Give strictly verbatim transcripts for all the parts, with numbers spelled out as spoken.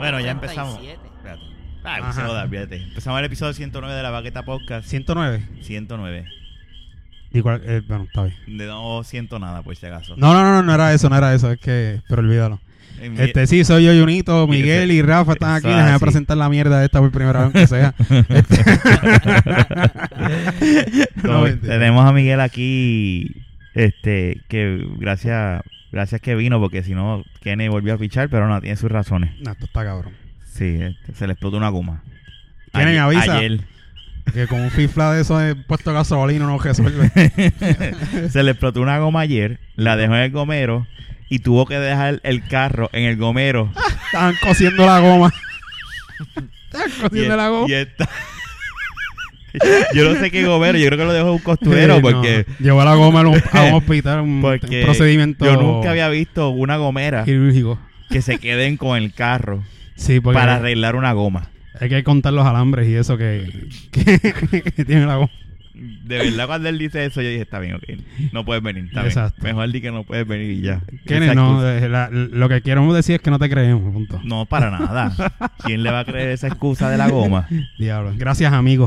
Bueno, ya empezamos. Espérate. Ah, se joda, fíjate. Empezamos el episodio ciento nueve de la Baqueta Podcast. ¿ciento nueve? ciento nueve. ¿Y cuál? Eh, bueno, está bien. De no siento nada, por si acaso. No, no, no, no era eso, no era eso. Es que... Pero olvídalo. Eh, mi- Este sí, soy yo, Junito, Miguel y Rafa están aquí. Eso Déjame así. presentar la mierda esta por primera vez, aunque sea. Este- No, No, mentira. tenemos a Miguel aquí, este, que gracias, gracias que vino, porque si no, Kenny volvió a fichar, pero no, tiene sus razones. No, esto está cabrón. Sí, este, se le explotó una goma. Kenny, me avisa. Ayer. Que con un fifla de eso he puesto gasolina no resuelve. Se le explotó una goma ayer, la dejó en el gomero y tuvo que dejar el carro en el gomero. Estaban cosiendo la goma. Estaban Y, cosiendo la goma. y está... Yo no sé qué gomero, yo creo que lo dejó un costurero Eh, no. porque... Llevó la goma a un, a un hospital, un, porque un procedimiento yo nunca había visto una gomera quirúrgico. que se queden con el carro Sí, porque para arreglar una goma. hay que contar los alambres y eso que, que, que tiene la goma. De verdad, cuando él dice eso, yo dije, está bien, ok. No puedes venir, está Exacto. bien. Mejor di que no puedes venir y ya. Kenny, Esa no, excusa. eh, la- lo que queremos decir es que no te creemos, punto. No, para nada. ¿Quién le va a creer esa excusa de la goma? Diablo. Gracias, amigos.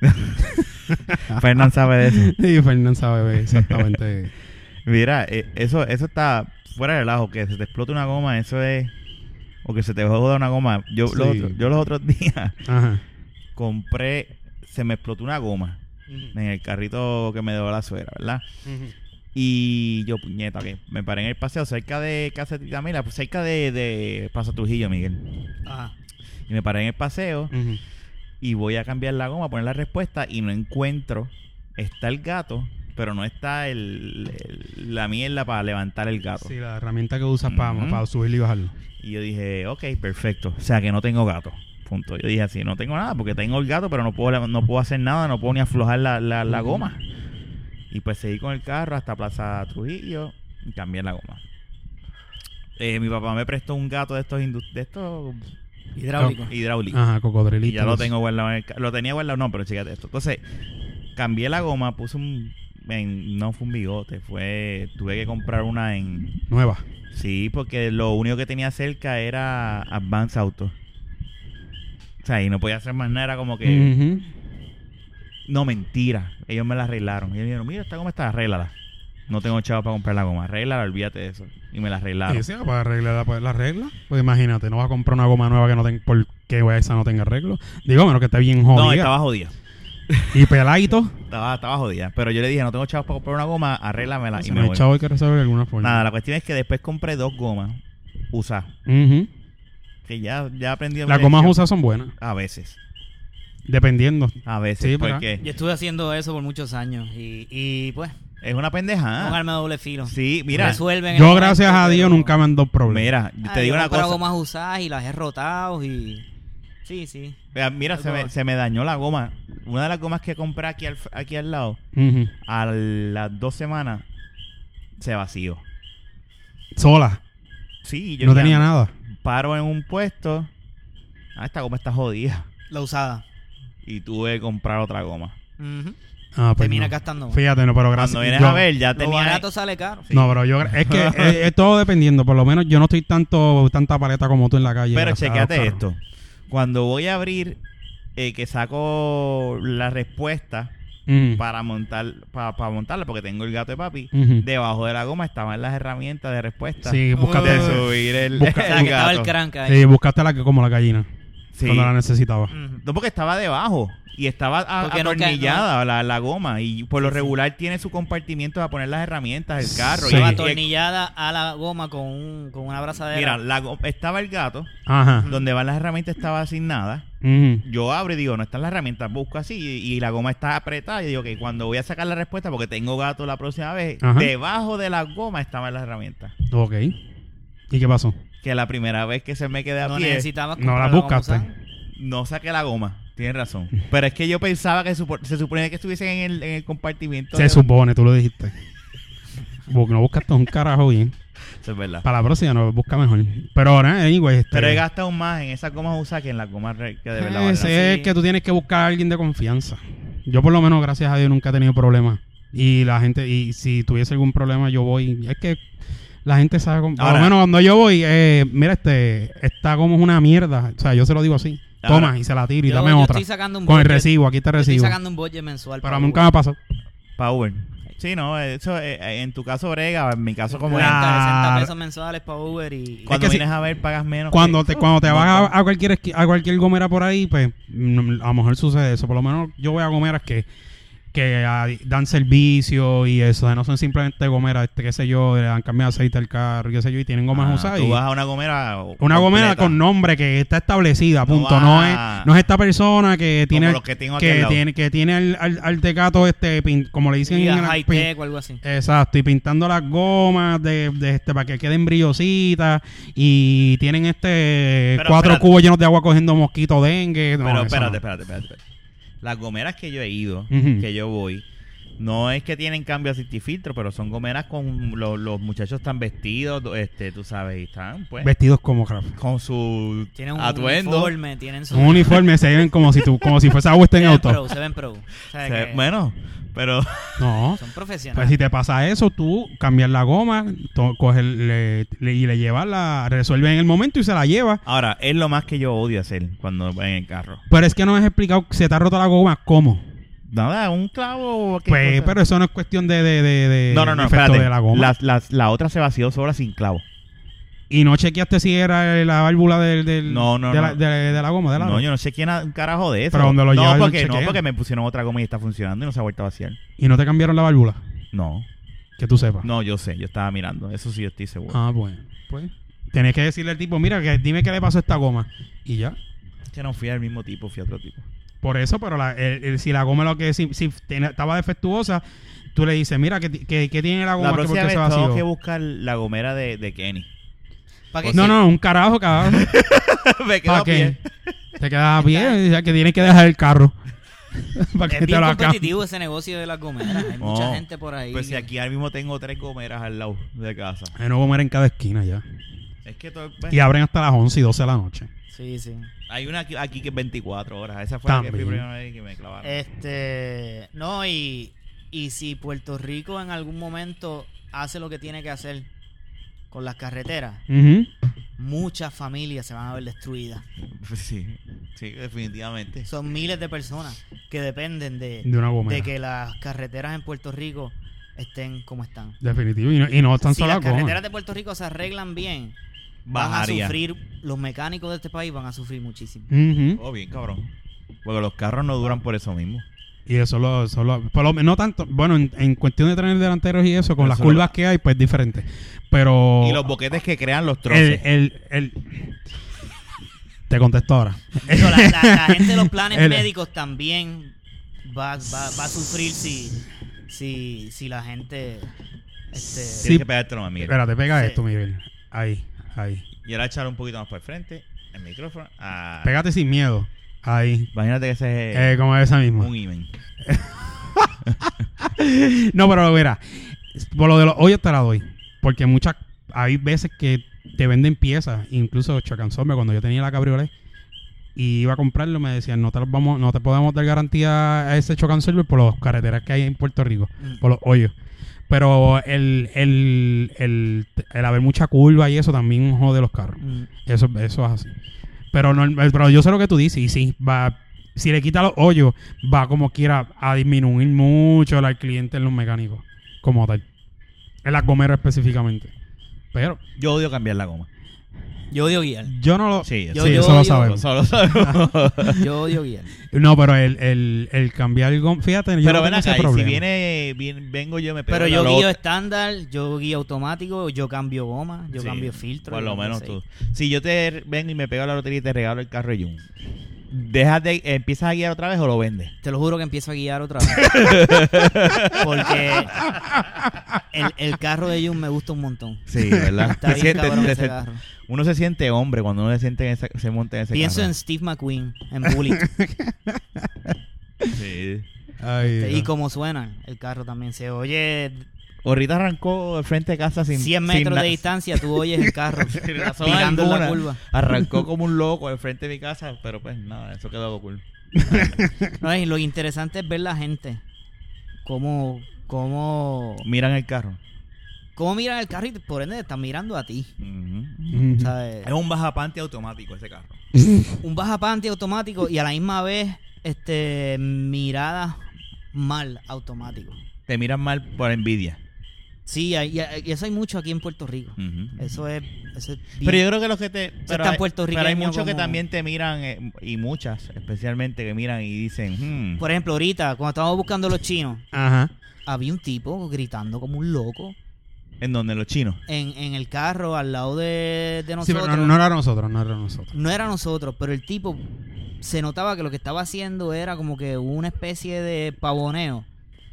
Fernán sabe de eso. Y Fernán sabe exactamente. Mira, eh, eso eso está fuera de relajo. Que se te explote una goma, eso es... O que se te joda una goma. Yo, Sí. los, otros, yo los otros días Ajá. compré... Se me explotó una goma en el carrito que me dejó la suegra, ¿verdad? Y yo, puñeta, que me paré en el paseo cerca de Casa de Tita Mila, pues cerca de, de Plaza Trujillo, Miguel. Ajá. Y me paré en el paseo Ujú. y voy a cambiar la goma, poner la respuesta y no encuentro. Está el gato, pero no está el, el- la mierda para levantar el gato. Sí, la herramienta que usas para, Ujú. para subirlo y bajarlo. Y yo dije, ok, perfecto. O sea, que no tengo gato. Punto. Yo dije así, no tengo nada porque tengo el gato, pero no puedo no puedo hacer nada, no puedo ni aflojar la, la, la goma. Y pues seguí con el carro hasta Plaza Trujillo y cambié la goma. Eh, mi papá me prestó un gato de estos indu- de estos Hidráulico. hidráulicos. Ajá, cocodrilito. Y ya lo tengo guardado en el ca- Lo tenía guardado, no, pero chécate esto. Entonces, cambié la goma, puse un... en- no fue un bigote, fue... Tuve que comprar una en... Nueva. Sí, porque lo único que tenía cerca era Advance Auto. O sea, y no podía hacer más nada, era como que... Ujú. No, mentira. Ellos me la arreglaron. Ellos me dijeron, mira, esta goma está, arréglala. No tengo chavos para comprar la goma. Arréglala, olvídate de eso. Y me la arreglaron. Y sí, para arreglar pues, la regla. Pues imagínate, no vas a comprar una goma nueva que no tenga... ¿Por qué güey, esa no tenga arreglo? Digo, menos que esté bien jodida. No, estaba jodida. Y peladito. Estaba, estaba jodida. Pero yo le dije, no tengo chavos para comprar una goma, arréglamela. Si y no me hay voy. chavo hay que resolver de alguna forma. Nada, la cuestión es que después compré dos gomas usadas. Ujú. Que ya, ya aprendí a Las gomas usadas son buenas. A veces. Dependiendo. A veces. Sí, pero- porque Yo estuve haciendo eso por muchos años y, y pues, es una un pendejada. arma de doble filo. Sí, mira. Resuelven. Yo, el gracias momento, a Dios, pero- nunca me han dado problemas. Mira, Ah, te digo yo una he comprado cosa. gomas usadas y las he rotado y... Sí, sí. Mira, mira, se me, se me dañó la goma. Una de las gomas que compré aquí al, aquí al lado, Ujú. a las dos semanas, se vació. Sola. Sí, yo No ya tenía nada. paro en un puesto. Ah, esta goma está jodida. La usada. Y tuve que comprar otra goma. Ujú. Ah, pues Termina no. gastando. Fíjate, no, pero gracias. Cuando vienes yo- a ver, ya Lo tenía... barato sale caro. Sí. No, pero yo es que es, es todo dependiendo. Por lo menos yo no estoy tanto tanta paleta como tú en la calle. Pero gracias a chequeate los carros. esto. Cuando voy a abrir, eh, que saco la respuesta Mm. para montar para montarla, porque tengo el gato de papi, Ujú. debajo de la goma estaban las herramientas de respuesta. Sí, búscate de Uh. subir el, Busca- O sea, el que estaba el gato. crank ahí. Sí, buscaste la que como la gallina. Sí. Cuando la necesitaba. Ujú. No, porque estaba debajo y estaba a- Porque no ca- atornillada la, la goma y por lo Sí, sí. regular tiene su compartimiento para poner las herramientas, el carro. Sí. Y, Estaba y- atornillada a la goma con, un, con una abrazadera. mira, la go- estaba el gato, Ajá. donde van las herramientas estaba asignada. Ujú. Yo abro y digo, no están las herramientas, busco así y, y la goma está apretada y digo, que cuando voy a sacar la respuesta, porque tengo gato la próxima vez, Ajá. debajo de la goma estaban las herramientas. Ok. ¿Y qué pasó? Que la primera vez que se me quedé a No pie, necesitabas No comprar la goma buscaste. usada. no saqué la goma. Tienes razón. Pero es que yo pensaba que supo- se suponía que estuviesen en el, en el compartimiento. Se de- supone, tú lo dijiste. Porque no buscaste un carajo bien. Eso es verdad. Para la próxima no busca mejor. Pero ahora, anyway, este, Pero he gastado más en esas gomas usadas que en las gomas re- que de verdad valen la ese pena. es Sí. que tú tienes que buscar a alguien de confianza. Yo por lo menos, gracias a Dios, nunca he tenido problemas. Y la gente, y si tuviese algún problema, yo voy. Es que la gente sabe cómo... Por Ahora- lo menos cuando yo voy, eh, mira, este, esta goma es una mierda. O sea, yo se lo digo así. Toma, Ahora- y se la tiro y Yo- dame yo otra. estoy sacando un Con el budget- recibo, aquí está el yo estoy recibo. sacando un budget mensual. Pero para a mí nunca Uber. me pasó. Power. Sí, no, eso eh, en tu caso brega, en mi caso como La- es. treinta, sesenta pesos mensuales para Uber y... Cuando Es que vienes si- a ver pagas menos. Cuando que- te, cuando te un vas a, montón. a cualquier esqui- a cualquier gomera por ahí, pues mm, a lo mejor sucede eso. Por lo menos yo voy a gomeras que, que ah, dan servicio y eso. No son simplemente gomeras, este, qué sé yo, le han cambiado aceite al carro, qué sé yo, y tienen gomas Ah, usadas. Tú y- vas a una gomera. Una gomera completa, con nombre que está establecida, No punto. No, va- es, no es esta persona que como tiene los que tengo aquí al que lado. tiene que tiene al, al, al tecato este pin- como le dicen y en a la- high pin- tech o algo así. Exacto, y pintando las gomas de, de este para que queden brillositas y tienen este Pero cuatro espérate. cubos llenos de agua cogiendo mosquito dengue. No, Pero eso espérate, no. espérate, espérate, espérate. Las gomeras que yo he ido, Ujú. que yo voy, no es que tienen cambio de filtro, pero son gomeras con los, los muchachos están vestidos, este, tú sabes, y están pues Vestidos como crap. con su Tienen un atuendo. uniforme, tienen su... Un uniforme se ven como si tú, como si fuese a se Western ven Auto. pro, se ven pro. O sea, Se- que bueno, pero No. son profesionales. Pues si te pasa eso, tú cambias la goma, to- coges le- le- y le llevas la, resuelve en el momento y se la lleva. ahora es lo más que yo odio hacer cuando voy en el carro. Pero es que no me has explicado, se te ha roto la goma, ¿cómo? Nada, un clavo. ¿qué Pues, cosa? pero eso no es cuestión de, de, de, de no, no, no, efecto espérate. de la goma. La, la, la otra se vació sola sin clavo. Y no chequeaste si era la válvula del, del- No, no, de, La, no. de, de la goma, de la No, yo no sé quién ha- un carajo de eso. Pero donde lo no, llevas, lo porque, no, chequean. porque me pusieron otra goma y está funcionando y no se ha vuelto a vaciar. Y no te cambiaron la válvula, No, que tú sepas. no, yo sé, yo estaba mirando. Eso sí, yo estoy seguro. Ah, bueno. Pues tenés que decirle al tipo, mira, que dime qué le pasó a esta goma. Y ya. Que no fui al mismo tipo, fui a otro tipo. Por eso, pero la, el- el- si la goma lo que si, si tiene- estaba defectuosa, tú le dices, mira, que, que, que tiene la goma La que próxima porque vez se vació. tengo que buscar la gomera de, de Kenny. ¿Para qué? No, no, un carajo, cabrón. me quedo ¿Para a pie. qué? Te quedas a pie, ya que tienes que dejar el carro. Para que Es te bien lo acabe. competitivo ese negocio de las gomeras. Hay mucha No, gente por ahí. Pues si que- aquí ahora mismo tengo tres gomeras al lado de casa. Hay una gomera en cada esquina ya. Es que todo, pues, Y abren hasta las once y doce de la noche. Sí, sí. hay una aquí, aquí que es veinticuatro horas. Esa fue la que fui También. primero y que me clavaron. Este, no, y, y si Puerto Rico en algún momento hace lo que tiene que hacer con las carreteras, Ujú. muchas familias se van a ver destruidas. Pues sí, sí, definitivamente. Son miles de personas que dependen de, De una gomera. de que las carreteras en Puerto Rico estén como están. Definitivo. Y no, y no están Si solo las las gomas. carreteras de Puerto Rico se arreglan bien, van Bajaría. a sufrir, los mecánicos de este país van a sufrir muchísimo. Ujú. Oh, bien, cabrón. Porque los carros no duran por eso mismo. Y eso lo, eso lo- por lo- no tanto, bueno, en, en cuestión de trenes delanteros y eso, con Eso las lo- curvas que hay, pues diferente. Pero Y los boquetes que crean los el, troces. el, el- te contesto ahora. Digo, la, la- la gente de los planes El- médicos también va, va, va a sufrir si, si, si la gente... Este, Tienes Sí. que pegártelo más, Miguel. Espérate, pega Sí. esto, Miguel. Ahí, ahí. Y ahora echar un poquito más para el frente, el micrófono. Ah, Pégate sin miedo. Ahí. imagínate que ese es Eh, como esa misma. un imen. No, pero mira, por lo de los hoyos te la doy. Porque muchas, hay veces que te venden piezas, incluso Chocansorbe, cuando yo tenía la cabriolet y iba a comprarlo, me decían, no te los vamos, no te podemos dar garantía a ese Chocansorbe por las carreteras que hay en Puerto Rico, Mm. por los hoyos. Pero el, el, el, el haber mucha curva y eso también jode los carros. mm, Eso, eso es así. Pero no, pero yo sé lo que tú dices, y sí, va, si le quita los hoyos, va como quiera a disminuir mucho el cliente en los mecánicos, como tal. En las gomeras específicamente. Pero Yo odio cambiar la goma. yo odio guiar. yo no lo... Sí, Yo- sí, yo eso lo odio- sabemos. Solo sabemos. Yo odio guiar. No, pero el, el, el cambiar el gom... Fíjate, yo Pero no ven tengo ese acá, y si problema. viene, viene- vengo yo, me pego Pero la yo lota. guío estándar, yo guío automático, yo cambio goma, yo Sí, cambio filtro. Por yo lo no menos sé. tú. Si yo te vengo y me pego a la lotería y te regalo el carro de Jun, ¿dejas de, empiezas a guiar otra vez o lo vendes? Te lo juro que empiezo a guiar otra vez. Porque el, el carro de Jun me gusta un montón. Sí, ¿verdad? Está Te bien sientes- cabrón te ese se- carro. uno se siente hombre cuando uno se siente en ese- se monta en ese Pienso carro. en Steve McQueen, en Bullitt. Sí. Ay, y Dios. como suena el carro también. Se oye Ahorita arrancó de frente de casa sin cien sin metros na- de distancia, tú oyes el carro sin razón tirando en la alguna. curva. Arrancó como un loco al frente de mi casa, pero pues nada, eso quedó cool. No, y lo interesante es ver la gente. Cómo, cómo Miran el carro. cómo miran el carro y por ende te están mirando a ti. Ujú. Ujú. ¿Sabes? Es un bajapante automático ese carro. Un bajapante automático y a la misma vez este mirada mal automático. Te miran mal por envidia. Sí, hay- y, y eso hay mucho aquí en Puerto Rico. Ujú. Eso es, eso es bien- Pero yo creo que los que te... es Pero tan hay, puertorriqueño pero hay muchos que como- también te miran, eh, y muchas especialmente, que miran y dicen... Hmm, Por ejemplo, ahorita, cuando estábamos buscando los chinos, Ajá. había un tipo gritando como un loco ¿en donde los chinos? en, en el carro al lado de, de Sí, nosotros. pero no, no era nosotros, no era nosotros. No era nosotros, pero el tipo se notaba que lo que estaba haciendo era como que una especie de pavoneo.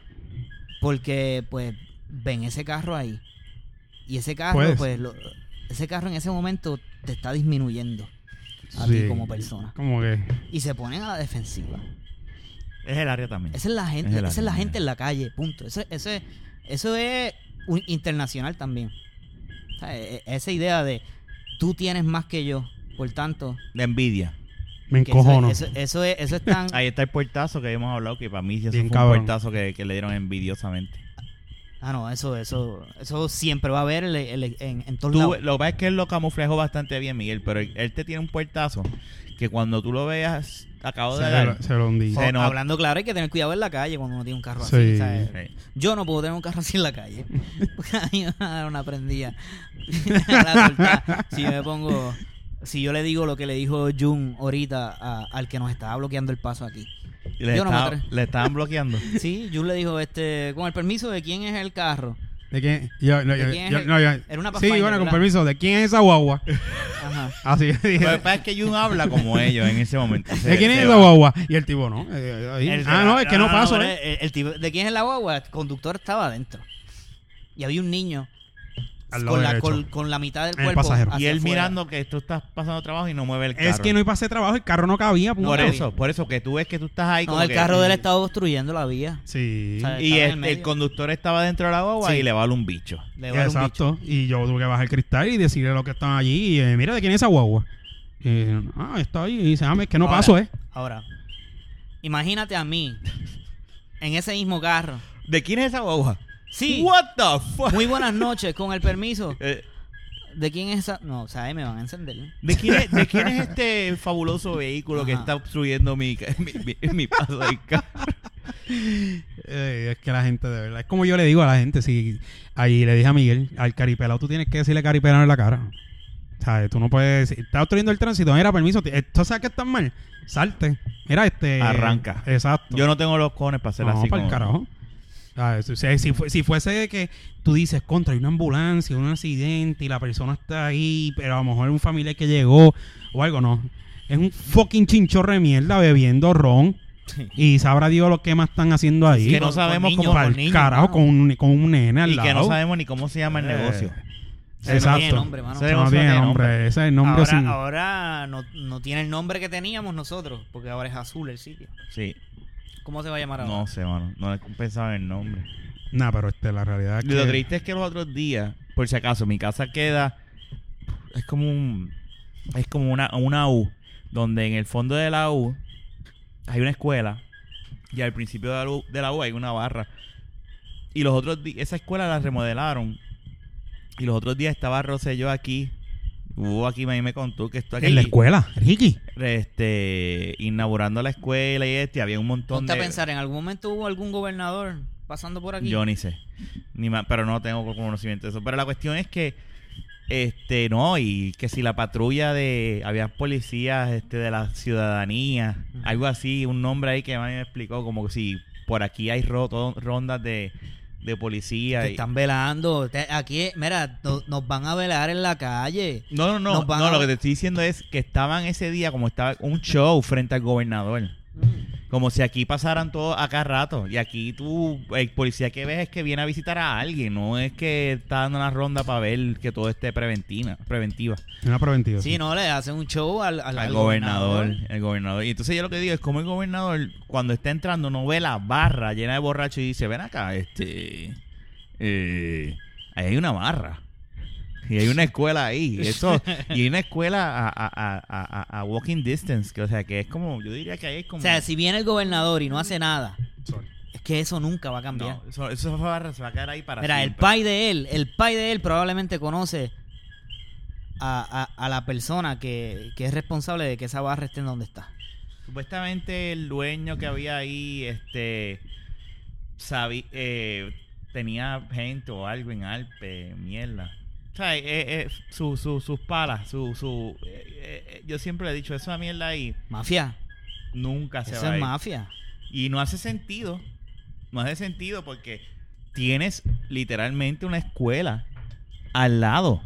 Porque, pues, ven ese carro ahí. Y ese carro, Puede pues, ser. lo- ese carro en ese momento te está disminuyendo a Sí. ti como persona. Como que... Y se ponen a la defensiva. Es el área también. Esa es la gente, Es el esa es la área, gente en la calle, punto. Eso, eso, es, eso es un- internacional también. O sea, e- e- esa idea de tú tienes más que yo, por tanto... De envidia. Me que eso, encojono. eso, eso es, eso es tan... Ahí está el puertazo que hemos hablado, que para mí eso Bien fue cabrón. un puertazo que, que le dieron envidiosamente. Ah, no, eso, eso, eso siempre va a haber el- el- en, en todos Tú, lados. lo que pasa es que él lo camuflejó bastante bien, Miguel, pero él, él te tiene un puertazo que cuando tú lo veas, acabo Se, de dar... lo- se lo hundí. O- se nota. hablando claro, hay que tener cuidado en la calle cuando uno tiene un carro Sí. así. ¿sabes? Sí. Yo no puedo tener un carro así en la calle. Porque a mí me va a dar una prendida. A la soltada. Si yo me pongo... Si yo le digo lo que le dijo Jun ahorita a- al que nos estaba bloqueando el paso aquí. Y le, Yo no me estaba- atre- le estaban bloqueando. Sí, Jun le dijo, este, con el permiso de quién es el carro. ¿De quién? Yo, no, ¿De yo- quién es yo- el- no, yo- Era una sí, Pathfinder, bueno, con ¿verdad? permiso. ¿De quién es esa guagua? Ajá. Así Lo que dije. pasa es que Jun habla como ellos en ese momento. Se- ¿De quién es se esa va. guagua? Y el tipo, no. eh, ahí. El- ah, no, es que no, paso, pero ¿eh? el, el tipo, ¿de quién es la guagua? El conductor estaba adentro. Y había un niño Al lado con la, derecho. con, con la mitad del En el cuerpo pasajero. Y hacia él afuera. mirando que tú estás pasando trabajo y no mueve el carro. Es que no iba a hacer trabajo, el carro no cabía. punto. Por eso, por eso que tú ves que tú estás ahí No, como el que- carro de él estaba obstruyendo la vía. Sí. O sea, Y estaba en el, el medio. el conductor estaba dentro de la guagua Sí. y le vale un bicho. Le va a dar un bicho. Exacto. Y yo tuve que bajar el cristal y decirle a los que estaban allí, y, eh, mira, ¿de quién es esa guagua? Y, ah, está ahí. Y dice, ah, es que no Ahora, paso, ¿eh? Ahora, imagínate a mí en ese mismo carro. ¿De quién es esa guagua? Sí. What the fuck? Muy buenas noches, con el permiso. Eh, ¿De quién es esa? No, o sea, ahí me van a encender. ¿De quién, es, ¿De quién es este fabuloso vehículo que Ajá. está obstruyendo mi, mi, mi, mi paso del carro? Eh, es que la gente, de verdad, es como yo le digo a la gente, si ahí le dije a Miguel, al caripelado tú tienes que decirle caripelado en la cara. ¿Sabes? Tú no puedes decir, está obstruyendo el tránsito, mira, permiso, t- esto sabes que estás mal, salte. Mira, este... Arranca. Exacto. Yo no tengo los cojones para hacer no, así. para el como- carajo. ¿Sabes? O sea, si, fue- si fuese que tú dices, contra, hay una ambulancia, un accidente y la persona está ahí, pero a lo mejor un familiar que llegó o algo, no. Es un fucking chinchorro de mierda bebiendo ron. Y sabrá Dios lo que más están haciendo ahí. Que no Con- sabemos con cómo... niños, Para con el niños, carajo, mano. con un, con un nene al Y lado. que no sabemos ni cómo se llama el Eh, negocio. Ese no tiene Exacto. nombre, mano. Ese Ese no negocio tiene tiene nombre. nombre. Ese es el nombre Ahora, sin... ahora no, no tiene el nombre que teníamos nosotros, porque ahora es azul el sitio. Sí. ¿Cómo se va a llamar ahora? No sé, mano. No he pensado en el nombre. Nah, pero este, la realidad es Lo que... triste es que los otros días, por si acaso, mi casa queda... Es como un... Es como una, una U, donde en el fondo de la U hay una escuela y al principio de la U, de la U hay una barra. Y los otros días... Esa escuela la remodelaron y los otros días estaba Rosselló aquí. Hubo aquí, me, me contó que esto aquí... En la escuela, Ricky. Este... Inaugurando la escuela y este, había un montón Ponte de... a pensar, ¿en algún momento hubo algún gobernador pasando por aquí? Yo ni sé. Ni más, pero no tengo conocimiento de eso. Pero la cuestión es que, este, no, y que si la patrulla de, había policías, este, de la ciudadanía, Ujú. algo así, un nombre ahí que a mí me explicó, como que si por aquí hay ro- to- rondas de, de policía. Te y- están velando. Te- Aquí, mira, no- nos van a velar en la calle. No, no, no, nos van no, a- lo que te estoy diciendo es que estaban ese día como estaba un show frente al gobernador. Como si aquí pasaran todos acá rato. Y aquí tú, el policía que ves es que viene a visitar a alguien. No es que está dando una ronda para ver que todo esté preventiva. preventiva. Una preventiva. Sí, no, le hacen un show al, al, Al, al gobernador, El gobernador. Y entonces yo lo que digo es como el gobernador, cuando está entrando, no ve la barra llena de borrachos y dice, ven acá, este... Eh, ahí hay una barra. Y hay una escuela ahí. Eso, y hay una escuela a, a, a, a, a walking distance. Que, o sea, que es como, yo diría que ahí es como... O sea, si viene el gobernador y no hace nada, Sorry. es que eso nunca va a cambiar. No, eso, eso barra se va a quedar ahí para Mira, el siempre. pai de él, el pai de él probablemente conoce a, a, a la persona que, que es responsable de que esa barra esté en donde está. Supuestamente el dueño que había ahí, este, sabí, eh, tenía gente o algo en Alpe, mierda. O sea, eh, eh, su, su, sus palas, su, su, eh, eh, yo siempre le he dicho, esa mierda ahí Mafia. nunca se Eso va a es ir. mafia. Y no hace sentido, no hace sentido porque tienes literalmente una escuela al lado.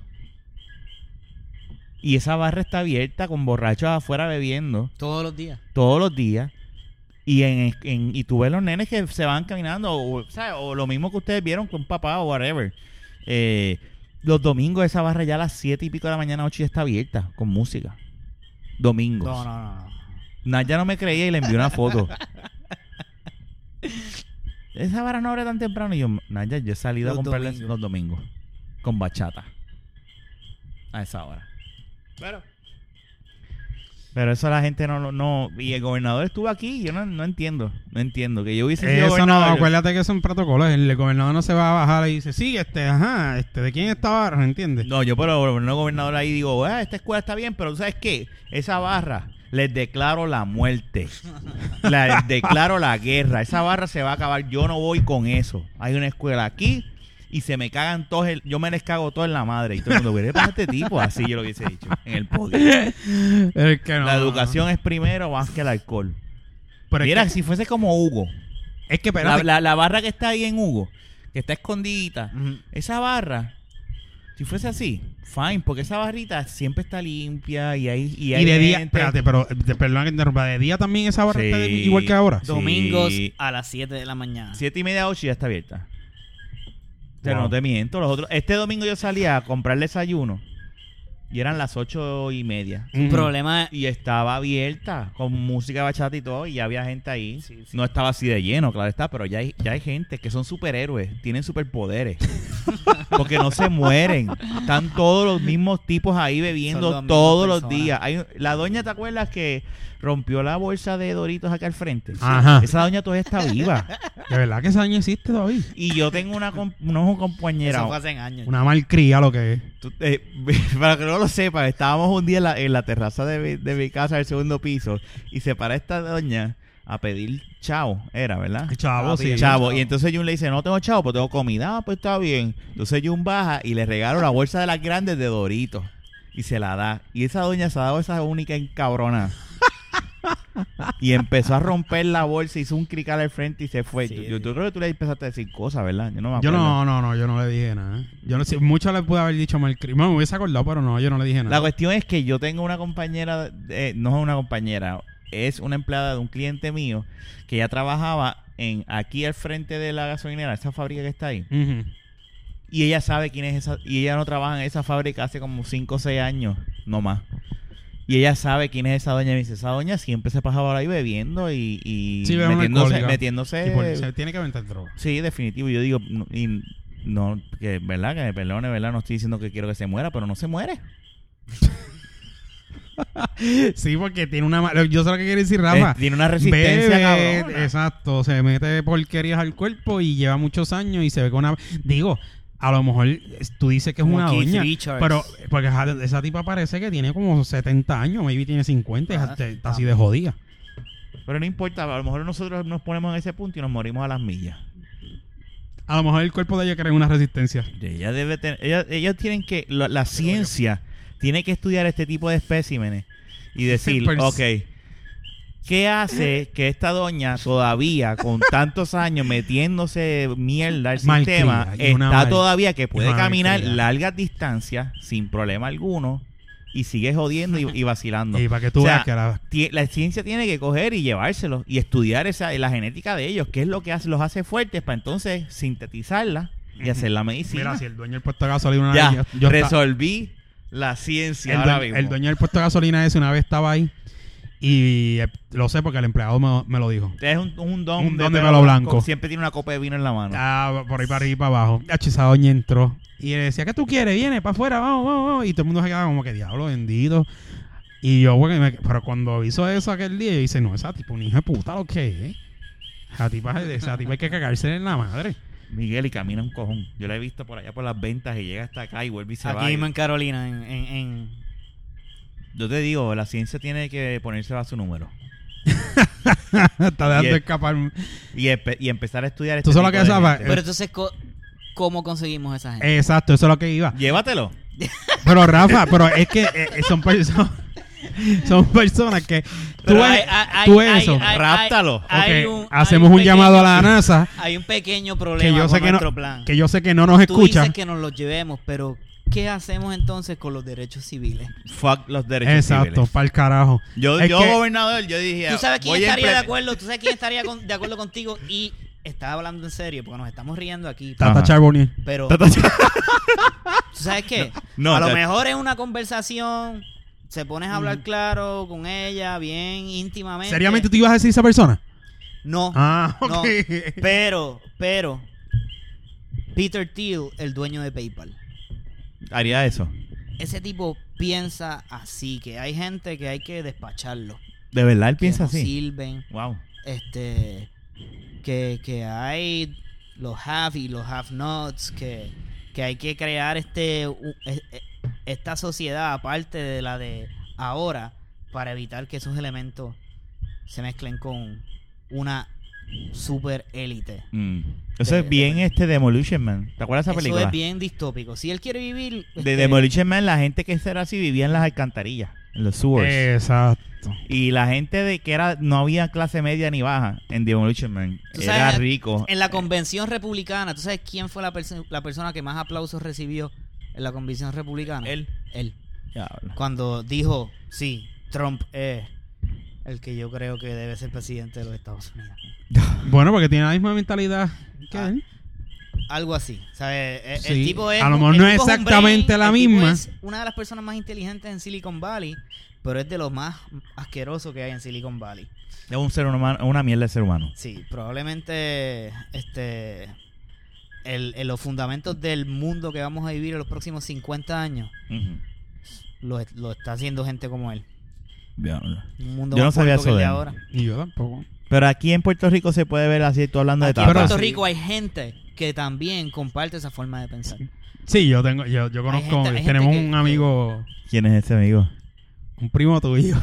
Y esa barra está abierta con borrachos afuera bebiendo Todos los días. todos los días. Y en, en y tú ves los nenes que se van caminando, o, ¿sabes? O lo mismo que ustedes vieron con papá o whatever. Eh, los domingos esa barra ya a las siete y pico de la mañana, ocho ya está abierta con música. Domingos. No, no, no. no. Naya no me creía y le envió una foto. Esa barra no abre tan temprano. Y yo, Naya, yo he salido Los a comprarle domingos. los domingos. Con bachata. A esa hora. Pero... Pero eso la gente no... no y el gobernador estuvo aquí y yo no, no entiendo. No entiendo. Que yo hubiese sido Eso no, gobernador. acuérdate que son protocolos. El gobernador no se va a bajar y dice, sí, este, ajá, este, ¿de quién está barra? ¿Entiendes? No, yo pero no gobernador ahí digo, ah, esta escuela está bien, pero ¿tú sabes qué? Esa barra, les declaro la muerte. Les declaro la guerra. Esa barra se va a acabar. Yo no voy con eso. Hay una escuela aquí y se me cagan todos. El, yo me les cago todo en la madre. Y todo el mundo, ¿qué pasa a este tipo? Así yo lo hubiese dicho en el podio. Es que no, La no, educación es primero más que el alcohol. Pero es Mira, que- si fuese como Hugo. Es que, La, espérate, la, la barra que está ahí en Hugo, que está escondidita, Ujú. esa barra, si fuese así, fine, porque esa barrita siempre está limpia y hay, y hay y de día, gente- espérate, pero, de, perdón que te interrumpa, de día también esa barra Sí. está de- igual que ahora. Sí. Domingos a las siete de la mañana. Siete y media, ocho ya está abierta. Pero Wow. no te miento, los otros, este domingo yo salía a comprar desayuno y eran las ocho y media. El Ujú. problema Y estaba abierta, con música bachata y todo, y ya había gente ahí. Sí, sí. No estaba así de lleno, claro está, pero ya hay, ya hay gente que son superhéroes, tienen superpoderes. Porque no se mueren. Están todos los mismos tipos ahí Son bebiendo las mismas todos los personas. días. Hay, la doña, ¿te acuerdas que rompió la bolsa de Doritos acá al frente? Ajá. Esa doña todavía está viva. De verdad que esa daña existe todavía. Y yo tengo una, com- una compañera. eso fue hace años. Una malcría lo que es. Tú- eh, para que no lo sepan, estábamos un día en la, en la terraza de mi, de mi casa del segundo piso y se para esta doña a pedir chavo, era, ¿verdad? Chavo, sí. Chavo, y entonces Jun le dice, no tengo chavo, pero tengo comida. Ah, pues está bien. Entonces Jun baja y le regalo la bolsa de las grandes de Doritos y se la da. Y esa doña se ha dado esa única encabrona. Y empezó a romper la bolsa, hizo un crical al frente y se fue. Sí, yo, yo sí. creo que tú le empezaste a decir cosas, ¿verdad? Yo no me Yo acuerdo. no, no, no, yo no le dije nada. Yo no sé, mucho le pude haber dicho malcriado. Bueno, me hubiese acordado, pero no, yo no le dije La nada. cuestión es que yo tengo una compañera, eh, no es una compañera, es una empleada de un cliente mío que ya trabajaba en aquí al frente de la gasolinera, esa fábrica que está ahí. Ujú. Y ella sabe quién es esa, y ella no trabaja en esa fábrica hace como cinco o seis años, no más. Y ella sabe quién es esa doña. Y me dice, esa doña siempre se pasaba por ahí bebiendo y, y Sí, bebe una metiéndose, alcohólica. metiéndose. Y por- se tiene que vender droga. Sí, definitivo. Yo digo, no, y no, que verdad, que me perdone, verdad, no estoy diciendo que quiero que se muera, pero no se muere. Sí, porque tiene una... ma- Yo sé lo que quiere decir Rafa. Eh, tiene una resistencia, Bebe, cabrona. exacto, se mete porquerías al cuerpo y lleva muchos años y se ve con una... Digo, a lo mejor es- tú dices que es Como una Keith doña, Richards. pero porque esa, esa tipa parece que tiene como setenta años, maybe tiene cincuenta, y Ah, está, está así de jodida. Pero no importa, a lo mejor nosotros nos ponemos en ese punto y nos morimos a las millas. A lo mejor el cuerpo de ella crea una resistencia. Ella debe tener, ella- ellos tienen que, la, la ciencia tiene que estudiar este tipo de especímenes y decir, Pues- ok, ¿qué hace que esta doña todavía con tantos años metiéndose mierda al Malcria, sistema y una está mal- todavía que puede una caminar malcria. largas distancias sin problema alguno y sigue jodiendo y, y vacilando? Y para que tú O sea, veas que la... Tie- la ciencia tiene que coger y llevárselo y estudiar esa la genética de ellos, qué es lo que hace, los hace fuertes para entonces sintetizarla y hacer la medicina. Mira, si el dueño del puesto de gasolina... una ya, vez- yo- yo esta- resolví la ciencia el, ahora due- mismo. el dueño del puesto de gasolina ese una vez estaba ahí y eh, lo sé porque el empleado me, me lo dijo. Es un, un don, Un don de pelo blanco. Siempre tiene una copa de vino en la mano. Ah, por ahí para arriba y para abajo. Ach, esa doña entró y le decía, ¿qué tú quieres? Viene para afuera, vamos, vamos, vamos. Y todo el mundo se quedaba como que diablo bendito. Y yo, bueno, me- pero cuando hizo eso aquel día, yo dice, no, esa tipo un hijo de puta lo que es. Esa tipa, esa tipa hay que cagarse en la madre. Miguel, y camina un cojón. Yo la he visto por allá por las ventas y llega hasta acá y vuelve y se va. Aquí mismo y- en Carolina, en... en, en- Yo te digo, la ciencia tiene que ponerse a su número. Está dejando Y es- escapar. Y, espe- y empezar a estudiar Tú este solo tipo que de sabes- gente. Pero entonces, co- ¿cómo conseguimos esa gente? Exacto, eso es lo que iba. Llévatelo. Pero Rafa, pero es que eh, son personas son personas que tú Pero ves, hay- hay- tú hay- ves eso. hay- Ráptalo. hay Ok, un- hacemos hay un, pequeño- llamado a la NASA Hay un pequeño que problema yo sé con que no nuestro plan. que yo sé que no nos Tú escucha. dices que nos los llevemos, pero ¿qué hacemos entonces con los derechos civiles? Fuck los derechos Exacto, civiles. para el carajo. Yo, Es yo que- gobernador, yo dije... ¿Tú sabes quién voy a estaría de imple- acuerdo? ¿Tú sabes quién estaría con- de acuerdo contigo? Y estaba hablando en serio, porque nos estamos riendo aquí. Tata Ajá. Charbonnier. Pero, Tata- ¿tú sabes qué? No, a lo ta- mejor en una conversación se pones a hablar Ujú. claro con ella, bien íntimamente. ¿Seriamente tú ibas a decir esa persona? No. Ah, No. ok. Pero, pero, Peter Thiel, el dueño de PayPal, Haría eso. ese tipo piensa así, que hay gente que hay que despacharlo. De verdad, él Que piensa no así. sirven. Wow. Este, que, que hay los have y los have nots, que, que hay que crear este u- e- e- esta sociedad aparte de la de ahora para evitar que esos elementos se mezclen con una super élite. Mm. Eso De- es bien de- este Demolition Man. ¿Te acuerdas de esa Eso película? es bien distópico. Si él quiere vivir De este, Demolition Man, la gente que era así vivía en las alcantarillas, en los sewers. Exacto. Y la gente de que era no había clase media ni baja en Demolition Man. Tú Era sabes, rico. en la convención republicana, ¿tú sabes quién fue la, perso- la persona que más aplausos recibió en la convención republicana? Él. Él. Diablo. Cuando dijo, sí, Trump es el que yo creo que debe ser presidente de los Estados Unidos. Bueno, porque tiene la misma mentalidad que Ah, él. Algo así. ¿Sabes? El, Sí, el tipo es. a lo un- mejor el no tipo es un exactamente brain, la el tipo misma. es una de las personas más inteligentes en Silicon Valley, pero es de los más asquerosos que hay en Silicon Valley. Es un ser humano, una mierda de ser humano. Sí, probablemente este el, en los fundamentos del mundo que vamos a vivir en los próximos cincuenta años Ujú. lo, lo está haciendo gente como él. Diablo. Un mundo Yo no más sabía corto que eso el de de él. ahora. Y yo tampoco. Pero aquí en Puerto Rico se puede ver así, tú hablando de Aquí en Tata. Puerto sí. Rico hay gente que también comparte esa forma de pensar. Sí, yo tengo, yo, yo conozco, gente- hay tenemos gente que- un amigo, ¿Quién es ese amigo? un primo tuyo.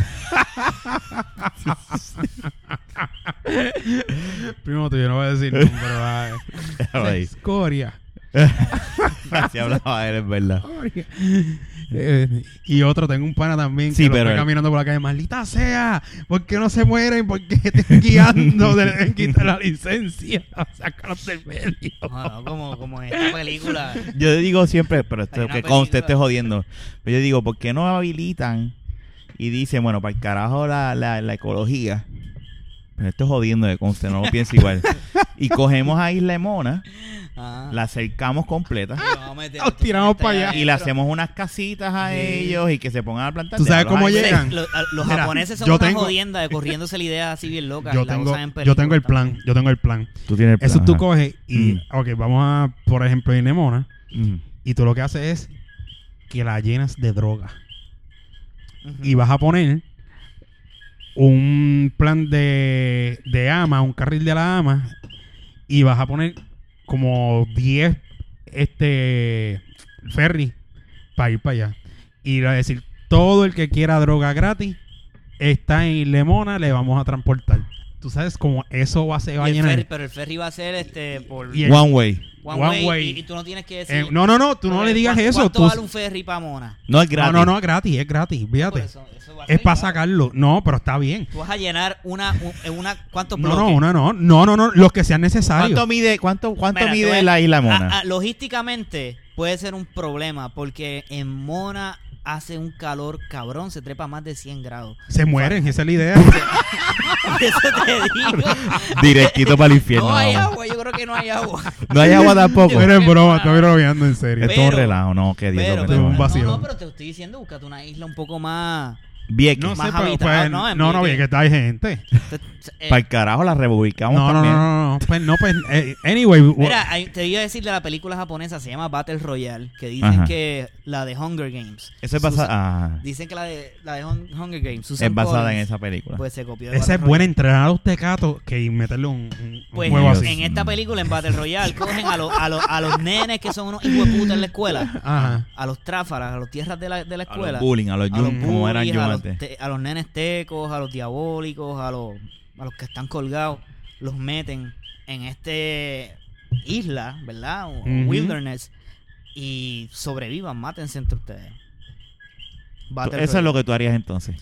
Primo tuyo, no voy a decir nombre, pero ay, Déjalo ahí. escoria. Así hablaba él, es verdad. Escoria. Eh, y otro, tengo un pana también que Sí, lo pero está él- caminando por la calle. Maldita sea, ¿por qué no se mueren? ¿Por qué están guiando? Le deben quitar la licencia. Sácalos del medio. No, no, como, como en esta película. Yo digo siempre, pero esto Hay una que conste, película- esté jodiendo. Pero yo digo, ¿por qué no habilitan y dicen, bueno, para el carajo la, la, la ecología? Pero esto es jodiendo de conste, no lo pienso igual. Y cogemos a Isla Mona, Ah, la acercamos completa y vamos a meter Los a esta tiramos gente para ahí allá. adentro. y le hacemos unas casitas a Sí. ellos y que se pongan a plantar. ¿Tú sabes Déjalos cómo ahí. llegan? Los, los Mira, japoneses son yo una tengo- jodienda de corriéndose la idea así bien loca. Yo y la tengo, usan en yo tengo el películas plan, yo tengo el plan. Tú tienes el plan, Eso tú ajá. coges y, Mm. ok, vamos a, por ejemplo, en Nemona, Mm. y tú lo que haces es que la llenas de droga. también. Y vas a poner un plan de, de ama, un carril de la ama, y vas a poner como diez este ferry para ir para allá. Y va a decir, todo el que quiera droga gratis está en Lemona, le vamos a transportar. Tú sabes cómo eso va a, se va a Y el llenar. ferry, pero el ferry va a ser este por Y el- One way. one, one way, way. Y, y tú no tienes que decir. Eh, no, no, no, tú no Porque le digas ¿cuánto- eso. ¿Cuánto Tú, vale un ferry para Mona? No es no, gratis. no, no, es gratis, es gratis, Por fíjate. eso- eso va a Es ser para igual. sacarlo. No, pero está bien. Tú vas a llenar una, un- una ¿cuántos No, bloques? no, una no. No, no, no, los que sean necesarios. ¿Cuánto mide, cuánto, cuánto Mira, te mide voy a- la Isla a- Mona? a- logísticamente puede ser un problema porque en Mona hace un calor cabrón, se trepa más de cien grados. Se mueren, esa es la idea. Por eso te digo. Directito para el infierno. No hay vamos. agua, yo creo que no hay agua. No hay agua tampoco. Pero es Qué broma, mal. estoy bromeando en serio. Esto es un Pero- relajo, no, que Dios Pero, lo pero- perdone. un vacío. no, no, pero te estoy diciendo, búscate una isla un poco más Vieques. No sé, Más pero habitado, pues, ¿no? no, En no, Vieques. Vieques, está hay gente. Eh, Para el carajo la reubicamos No, no, no, también. no, no, pues no, pues, eh, anyway. Mira, hay- te iba a decir de la película japonesa, se llama Battle Royale, que dicen Ajá. que la de Hunger Games. Eso es Susan- basada... ah, Dicen que la de, la de Hun- Hunger Games, Susan es basada Collins, en esa película. pues se copió de Esa Battle es buena, Royale. entrenar a los tecatos que meterle un, un Pues huevo Dios. así. en esta película, en Battle Royale, cogen a, los a, los a los nenes que son unos hijueputas en la escuela, Ajá. a los tráfalas, a los tierras de la, de la A escuela, los bullying, a los a los yun, como eran bullies, yo a, los antes. te- a los nenes tecos, a los diabólicos, a los, a los que están colgados, los meten en este isla, ¿verdad? O, o Ujú. wilderness, y sobrevivan, mátense entre ustedes. Battle Eso es Royale. lo que tú harías entonces.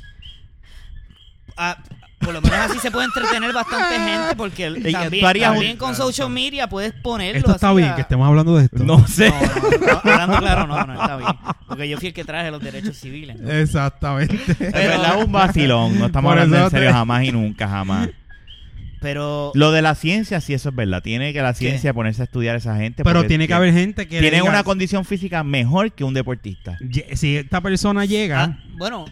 Ah, por lo menos así se puede entretener bastante gente, porque Y- también, tú harías un- también con social media puedes ponerlo. Esto está así bien, a- que estemos hablando de esto. No sé. No, no, no, hablando claro, no, no, está bien. Porque yo fui el que traje los derechos civiles. ¿no? Exactamente. Es verdad, un vacilón. No estamos Por hablando eso en serio te- jamás y nunca, jamás. Pero Lo de la ciencia, sí, eso es verdad. Tiene que la ciencia ponerse a estudiar a esa gente. Pero porque tiene que haber gente que. Tiene diga, una condición física mejor que un deportista. ye- Si esta persona llega. ah, bueno,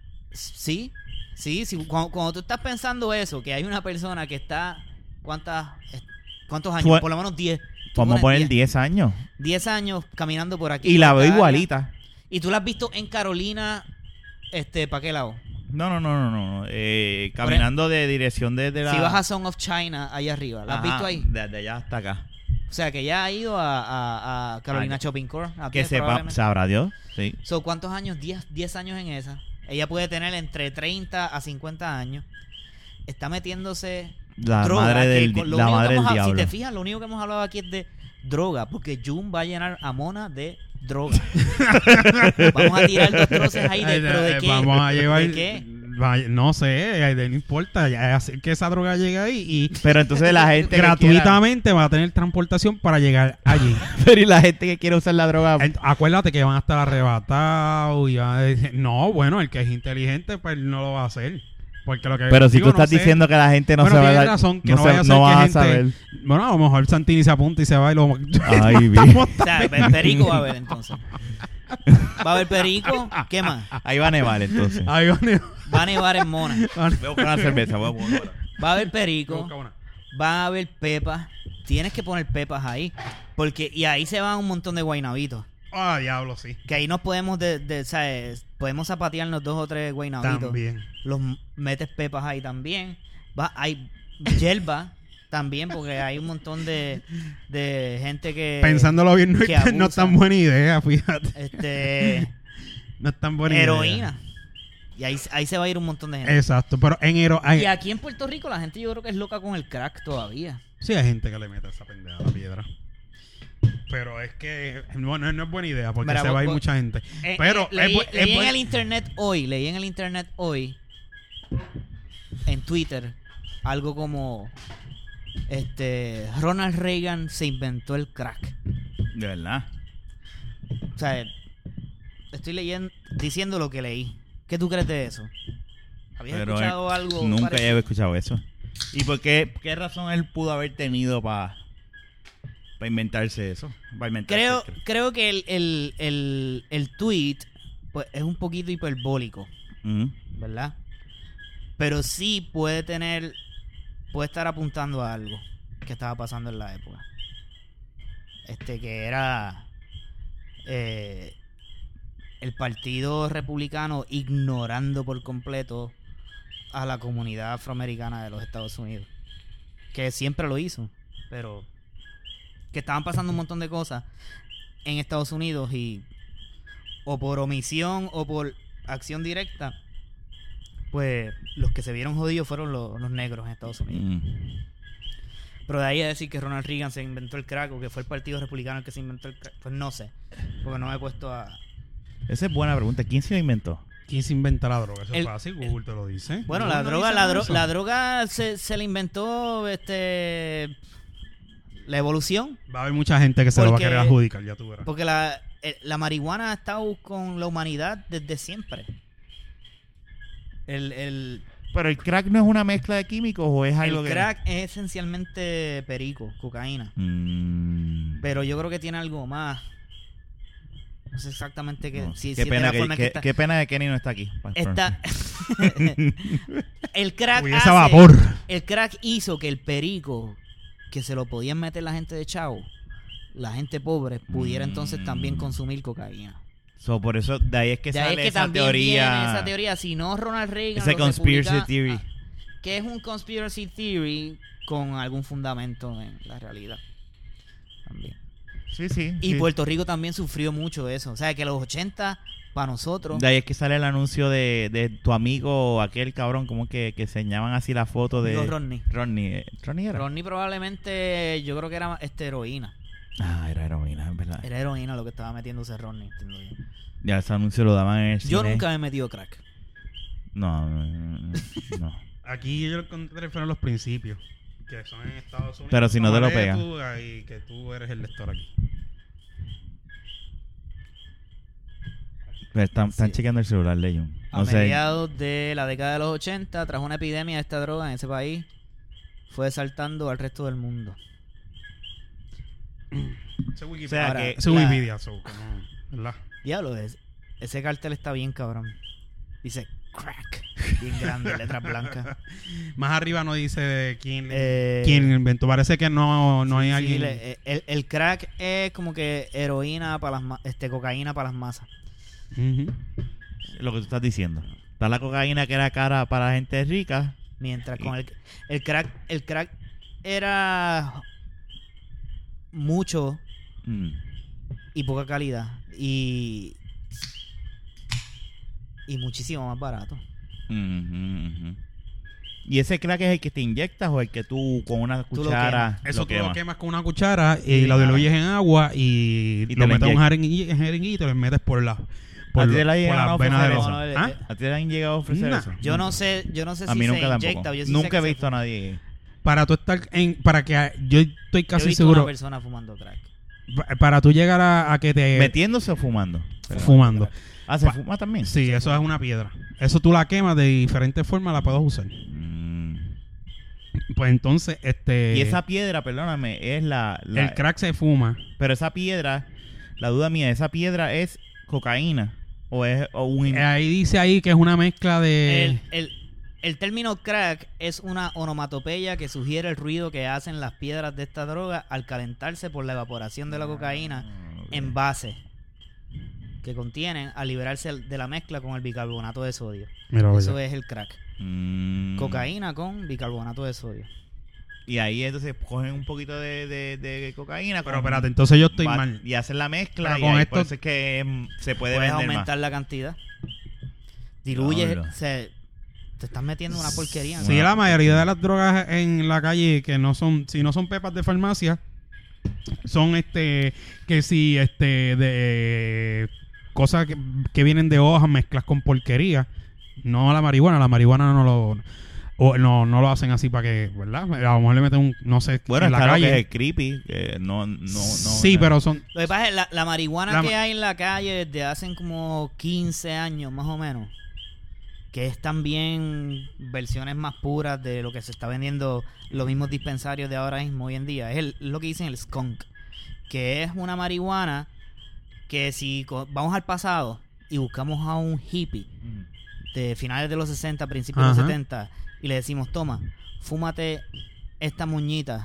sí, sí, sí. Cuando, cuando tú estás pensando eso, que hay una persona que está, ¿cuántas, eh, cuántos años? Fue- Por lo menos diez. Tú Vamos a pones poner diez años. diez años caminando por aquí. Y la por veo esta igualita. área. Y tú la has visto en Carolina, este, ¿para qué lado? No, no, no, no, no. Eh, caminando de dirección desde la... Si vas a Song of China, ahí arriba, ¿la has Ajá, visto ahí? Desde allá hasta acá. O sea, que ya ha ido a, a- a Carolina Ah, Shopping Court. a Que pie, sepa, probablemente. sabrá Dios. Sí. So, ¿cuántos años? diez años en esa. Ella puede tener entre treinta a cincuenta años. Está metiéndose La droga. madre que del, con- lo la único que madre del hemos hablado- diablo. Si te fijas, lo único que hemos hablado aquí es de droga. Porque Jun va a llenar a Mona de droga. Vamos a tirar dos troces ahí de, eh, pero de eh, qué. Vamos a llevar. ¿De qué? vaya- no sé, eh, no importa. ya hacer que esa droga llegue ahí y. Pero entonces la gente que gratuitamente va a tener transportación para llegar allí. quiera- Pero y la gente que quiere usar la droga... Ent- Acuérdate que van a estar arrebatados y van a decir- no, bueno, el que es inteligente pues no lo va a hacer. Porque lo que Pero si digo, tú estás no sé. diciendo que la gente no Bueno, se va a tienes dar... razón, que no no se- vaya a ser no que vas a gente- saber. Bueno, a lo mejor Santini se apunta y se va y lo Ay, bien. Estamos- O sea, pe- perico va a haber entonces. Va a haber perico. ¿Qué más? Ahí va a nevar entonces. Ahí va, ne- Va a nevar en Mona. Voy a buscar una cerveza. Voy a buscar una. Va a haber perico. busca una. Va a haber pepas. Tienes que poner pepas ahí. Porque, y ahí se van un montón de guaynabitos. Ah, diablo, sí. Que ahí nos podemos, de, de, ¿sabes? Podemos zapatearnos dos o tres guaynabitos. También. Los m- metes pepas ahí también. Va, hay hierba también, porque hay un montón de, de gente que. Pensándolo bien, no, que es- no es abusa. tan buena idea, fíjate. Este. No es tan buena idea. heroína. Y ahí, ahí se va a ir un montón de gente. Exacto, pero en hero hay, Y aquí en Puerto Rico la gente yo creo que es loca con el crack todavía. sí hay gente que le mete esa pendeja a la piedra. Pero es que bueno, no es buena idea porque Mira, se va a ir vos- mucha gente. Eh, Pero eh, leí, es bu- es leí en bu- el internet hoy, leí en el internet hoy, en Twitter, algo como, este, Ronald Reagan se inventó el crack. De verdad. O sea, estoy leyendo, diciendo lo que leí. ¿Qué tú crees de eso? ¿Habías Pero escuchado él- algo? Nunca parecido? he escuchado eso. ¿Y por qué, qué razón él pudo haber tenido para para inventarse eso? Para inventarse Creo, el- creo que el, el, el, el tweet pues, es un poquito hiperbólico, Ujú. ¿verdad? Pero sí puede tener, puede estar apuntando a algo que estaba pasando en la época. Este que era eh, el Partido Republicano ignorando por completo a la comunidad afroamericana de los Estados Unidos. Que siempre lo hizo, pero que estaban pasando un montón de cosas en Estados Unidos y o por omisión o por acción directa, pues los que se vieron jodidos fueron los, los negros en Estados Unidos. Mm. Pero de ahí a decir que Ronald Reagan se inventó el crack o que fue el Partido Republicano el que se inventó el crack, pues no sé, porque no me he puesto a... Esa es buena pregunta. ¿Quién se lo inventó? ¿Quién se inventa la droga? Eso El- es fácil, Google te lo dice. Bueno, Google la no droga, dice la, nada de dro- eso. la droga se, se le inventó este la evolución, Va a haber mucha gente que se lo va a Porque- querer adjudicar, ya tú verás. porque la, eh, la marihuana ha estado con la humanidad desde siempre. El, el, ¿Pero el crack no es una mezcla de químicos o es algo el que...? crack es esencialmente perico, cocaína. Mm. Pero yo creo que tiene algo más. O sé exactamente qué, No, si, qué, si pena de la que, forma qué- que está. qué pena que Kenny no está aquí. Está- el crack Hubiese hace- vapor. el crack hizo que el perico que se lo podían meter la gente de chavo, la gente pobre, pudiera entonces Mm. también consumir cocaína. So, por eso, de ahí es que De ahí sale es que esa también teoría. viene esa teoría. Si no Ronald Reagan, Ese los conspiracy republicanos- theory. ah, que es un conspiracy theory con algún fundamento en la realidad. También. Sí, sí. Y sí. Puerto Rico también sufrió mucho de eso. O sea, que los ochenta, para nosotros... De ahí es que sale el anuncio de, de tu amigo, aquel cabrón, como que, que enseñaban así la foto de... Digo, Rodney. Rodney. eh, ¿Rodney era? Rodney probablemente, yo creo que era este, heroína. Ah, era heroína, es verdad. Era heroína lo que estaba metiéndose Rodney. entiendo yo. Ya ese anuncio lo daban en el Yo cine. nunca me he metido crack. No, no, no, no. Aquí yo lo encontré fueron los principios. Que son en Estados Unidos. Pero si no te lo Lee pegan. tú, y que tú eres el lector aquí. Pero Están, están Sí. chequeando el celular, Leyon. A No sé. mediados de la década de los ochenta, tras una epidemia de esta droga en ese país, fue saltando al resto del mundo. Ese O Wikipedia. sea Ahora, que... Ese la- Wikipedia, so, que no, ¿verdad? Diablo, es- ese cartel está bien cabrón. Dice crack, bien grande, letras blancas. Más arriba no dice de quién, Eh, quién inventó. Parece que no, no hay sí, alguien. le- el, el crack es como que heroína para las ma- este cocaína para las masas. Ujú. Lo que tú estás diciendo. Está la cocaína que era cara para la gente rica. Mientras con el, el crack, el crack era mucho Mm. y poca calidad y y muchísimo más barato. Ujú, ujú. ¿Y ese crack es el que te inyectas o el que tú con una Tú lo cuchara Eso lo tú lo quemas? quemas con una cuchara y Sí, lo claro. diluyes en agua y, Y te lo lo metes en un inyectas. jeringuito, jeringuito y lo metes por la por, ¿A ti lo- te la por llegaron a las venas ofrecer del eso? ojo. No, no, ¿Ah? ¿A ti te han llegado a ofrecer Nah. eso? Yo no sé, yo no sé A si mí se nunca inyecta tampoco. o yo sí sé Nunca que he se visto a fuma. nadie. Para tú estar en para que yo estoy Yo he casi visto seguro una persona fumando crack. pa- para tú llegar a, a que te ¿Metiéndose o fumando? fumando. Ah, ¿se Pa- fuma también? Sí, eso es una piedra. Eso tú la quemas de diferentes formas, la puedes usar. Mm. Pues entonces, este Y esa piedra, perdóname, es la... la- el crack se fuma. Pero esa piedra, la duda mía, ¿esa piedra es cocaína? ¿O es o un... Eh, Ahí dice ahí que es una mezcla de El, el, el término crack es una onomatopeya que sugiere el ruido que hacen las piedras de esta droga al calentarse por la evaporación de la cocaína Ah, ok. en base que contienen al liberarse de la mezcla con el bicarbonato de sodio. Mira, oye. Eso es el crack. Mm. Cocaína con bicarbonato de sodio. Y ahí entonces cogen un poquito de, de, de cocaína. Pero con- espérate, entonces yo estoy va- mal. Y hacen la mezcla Pero y con ahí esto- por eso es que mm, se puede Puedes vender aumentar más. la cantidad. Diluyes, Diablo. se, te estás metiendo una porquería. Sí, ¿no? la mayoría de las drogas en la calle que no son, si no son pepas de farmacia, son este, que si este, de cosas que, que vienen de hojas mezclas con porquería. No la marihuana, la marihuana no lo, o no, no lo hacen así para que, ¿verdad? A lo mejor le meten un, no sé, Bueno, en la está lo que es calle. el creepy, que no, no, no. sí, no- pero son, Lo que pasa es la, la marihuana La que ma- hay en la calle desde hace como quince años más o menos, que es también versiones más puras de lo que se está vendiendo los mismos dispensarios de ahora mismo hoy en día. Es el- lo que dicen el skunk, que es una marihuana que si co- vamos al pasado y buscamos a un hippie Mm. de finales de los sesenta, principios de Ajá. los setenta y le decimos, toma, fúmate esta muñita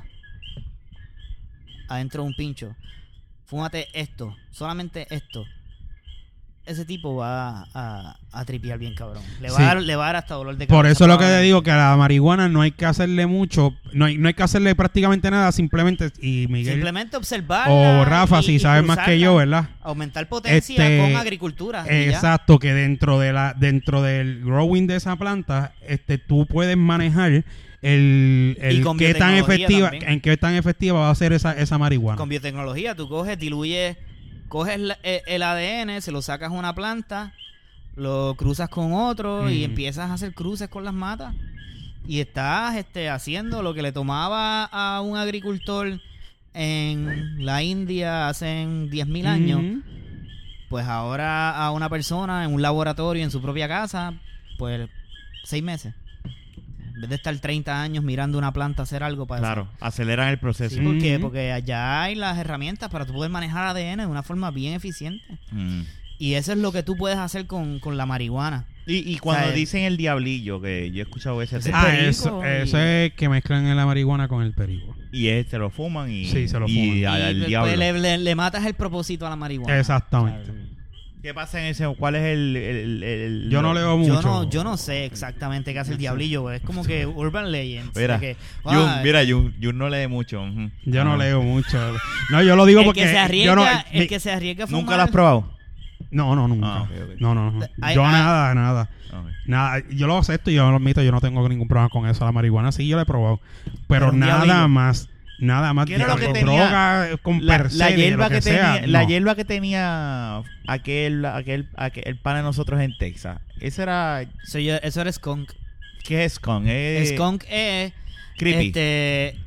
adentro de un pincho, fúmate esto, solamente esto. Ese tipo va a, a, a tripear bien cabrón. Le va, Sí. a dar, le va a dar hasta dolor de cabeza. por eso es lo que te probablemente. digo, que a la marihuana no hay que hacerle mucho, no hay, no hay que hacerle prácticamente nada, simplemente, y Miguel Simplemente observar. o Rafa, si sabes más que yo, ¿verdad? Aumentar potencia Este, con agricultura. y ya. Exacto, que dentro de la dentro del growing de esa planta, este tú puedes manejar el, el Y con qué tan biotecnología efectiva, también. en qué tan efectiva va a ser esa, esa marihuana. Con biotecnología, tú coges, diluyes, coges la- e- el A D N, se lo sacas a una planta, lo cruzas con otro y Mm. empiezas a hacer cruces con las matas. Y estás este, haciendo lo que le tomaba a un agricultor en la India hace diez mil años. Ujú. Pues ahora a una persona en un laboratorio en su propia casa, pues seis meses. En vez de estar treinta años mirando una planta hacer algo para Claro, aceleran el proceso. Sí, porque, Ujú. porque allá hay las herramientas para tú poder manejar A D N de una forma bien eficiente. Mm. Y eso es lo que tú puedes hacer con, con la marihuana. Y, y cuando O sea, dicen el diablillo, que yo he escuchado ese Ese tema, Ah, perico eso, y- eso es que mezclan la marihuana con el perico. y es, se lo fuman y, Sí, se lo y fuman. al, al y después diablo. le, le- le matas el propósito a la marihuana. Exactamente. O sea, ¿Qué pasa en ese? ¿Cuál es el...? el- el- el- Yo no leo mucho. Yo no, yo no sé exactamente qué hace el diablillo. Es como que Urban Legends. Mira, de que, Jun, ah, mira, Jun, Jun no lee mucho. ujú. Yo no Ajá. leo mucho. No, yo lo digo el porque que se arriesga, yo no, el mi- que se arriesga a fumar. ¿Nunca lo has probado? no, no, nunca. Ah, ok, ok. No, no, no. Hay- Yo hay- nada, nada. Ok. Nada, yo lo acepto y yo lo admito, yo no tengo ningún problema con eso. La marihuana sí, yo la he probado. Pero, Pero un nada diablillo. más, nada más. ¿Qué era lo de que tenía? droga con La, per se, la de hierba lo que, que tenía, sea, la no. hierba que tenía aquel, aquel, aquel, el pan de nosotros en Texas. Ese era, So, yo- eso era skunk. ¿qué es skunk? Es skunk es creepy. este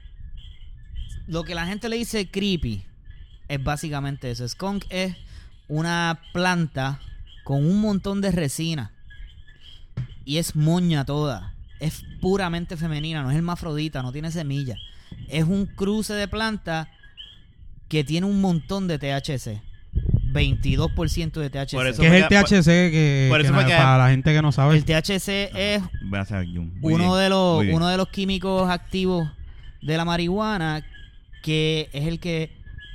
lo que la gente le dice creepy es básicamente eso. Skunk es una planta con un montón de resina y es moña toda. Es puramente femenina, no es hermafrodita, no tiene semilla. Es un cruce de planta que tiene un montón de T H C. veintidós por ciento de T H C. Por eso ¿Qué es fue el que- T H C que, por eso que fue na- que- para la gente que no sabe? El T H C es Voy a hacer Jun. Muy uno bien, de los muy bien. uno de los químicos activos de la marihuana, que es el que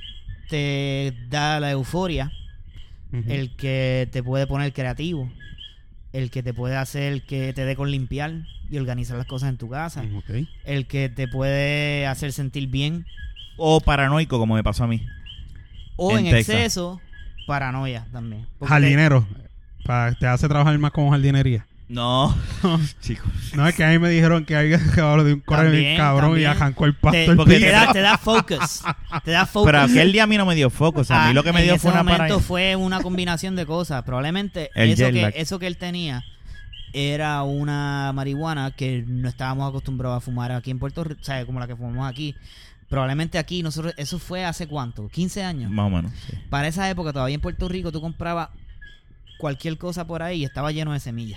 te da la euforia, Ujú. el que te puede poner creativo, el que te puede hacer que te dé con limpiar y organizar las cosas en tu casa, Ok. el que te puede hacer sentir bien, O paranoico, como me pasó a mí. o En en, Texas. exceso paranoia también. Porque Jardinero. Para, te hace trabajar más como jardinería. No, chicos. No, es que a mí me dijeron que había acabado de un correo bien También, cabrón y también. arrancó el te, pasto te, el porque te piso. da, te da focus, te da focus. Pero aquel día a mí no me dio foco. O sea, a mí Ah, lo que me en dio ese fue una momento paranoia. fue una combinación de cosas. Probablemente El eso jet que, lag. eso que él tenía era una marihuana que no estábamos acostumbrados a fumar aquí en Puerto Rico, o sea, como la que fumamos aquí. Probablemente aquí nosotros, eso fue hace cuánto, quince años. Más o menos, sí. Para esa época todavía en Puerto Rico tú comprabas cualquier cosa por ahí y estaba lleno de semillas.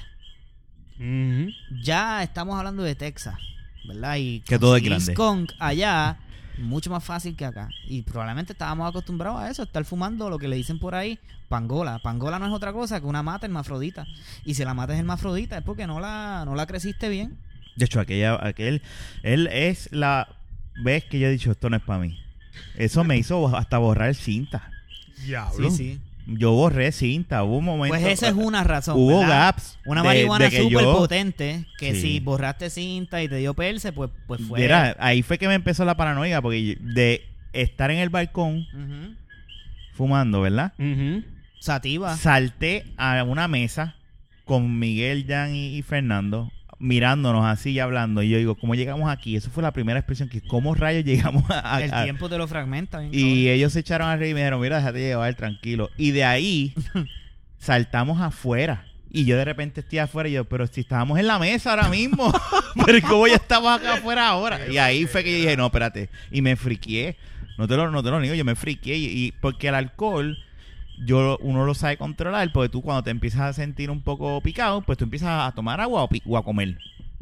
Ujú. Ya estamos hablando de Texas, ¿verdad? Y Que todo es conseguir grande. skunk allá mucho más fácil que acá. Y probablemente estábamos acostumbrados a eso, a estar fumando lo que le dicen por ahí, pangola. Pangola no es otra cosa que una mata hermafrodita. Y si la mata es hermafrodita es porque no la, no la creciste bien. De hecho, aquella, aquel, él es la vez que yo he dicho, esto no es para mí. Eso me hizo hasta borrar cinta. Diablo. Sí, sí. Yo borré cinta, hubo un momento. Pues esa es una razón. Hubo ¿verdad? gaps. Una de- marihuana de que súper yo- potente que Sí. si borraste cinta y te dio perse, pues, pues fue... Mira, ahí fue que me empezó la paranoia, porque de estar en el balcón Ujú. fumando, ¿verdad? Ujú. Sativa. Salté a una mesa con Miguel, Jan y, y Fernando, mirándonos así y hablando. Y yo digo, ¿cómo llegamos aquí? Eso fue la primera expresión, que ¿cómo rayos llegamos a...? El a- tiempo te lo fragmenta. bien Y cabrón. ellos se echaron a reír y me dijeron, mira, déjate llevar, tranquilo. Y de ahí saltamos afuera. Y yo de repente estoy afuera y yo, pero si estábamos en la mesa ahora mismo. Pero ¿cómo ya estamos acá afuera ahora? Y ahí fue que yo dije, no, espérate. Y me friqué. No te lo, no te lo niego, yo me friqué. Y, y porque el alcohol, yo uno lo sabe controlar, porque tú cuando te empiezas a sentir un poco picado, pues tú empiezas a tomar agua o, pi- o a comer.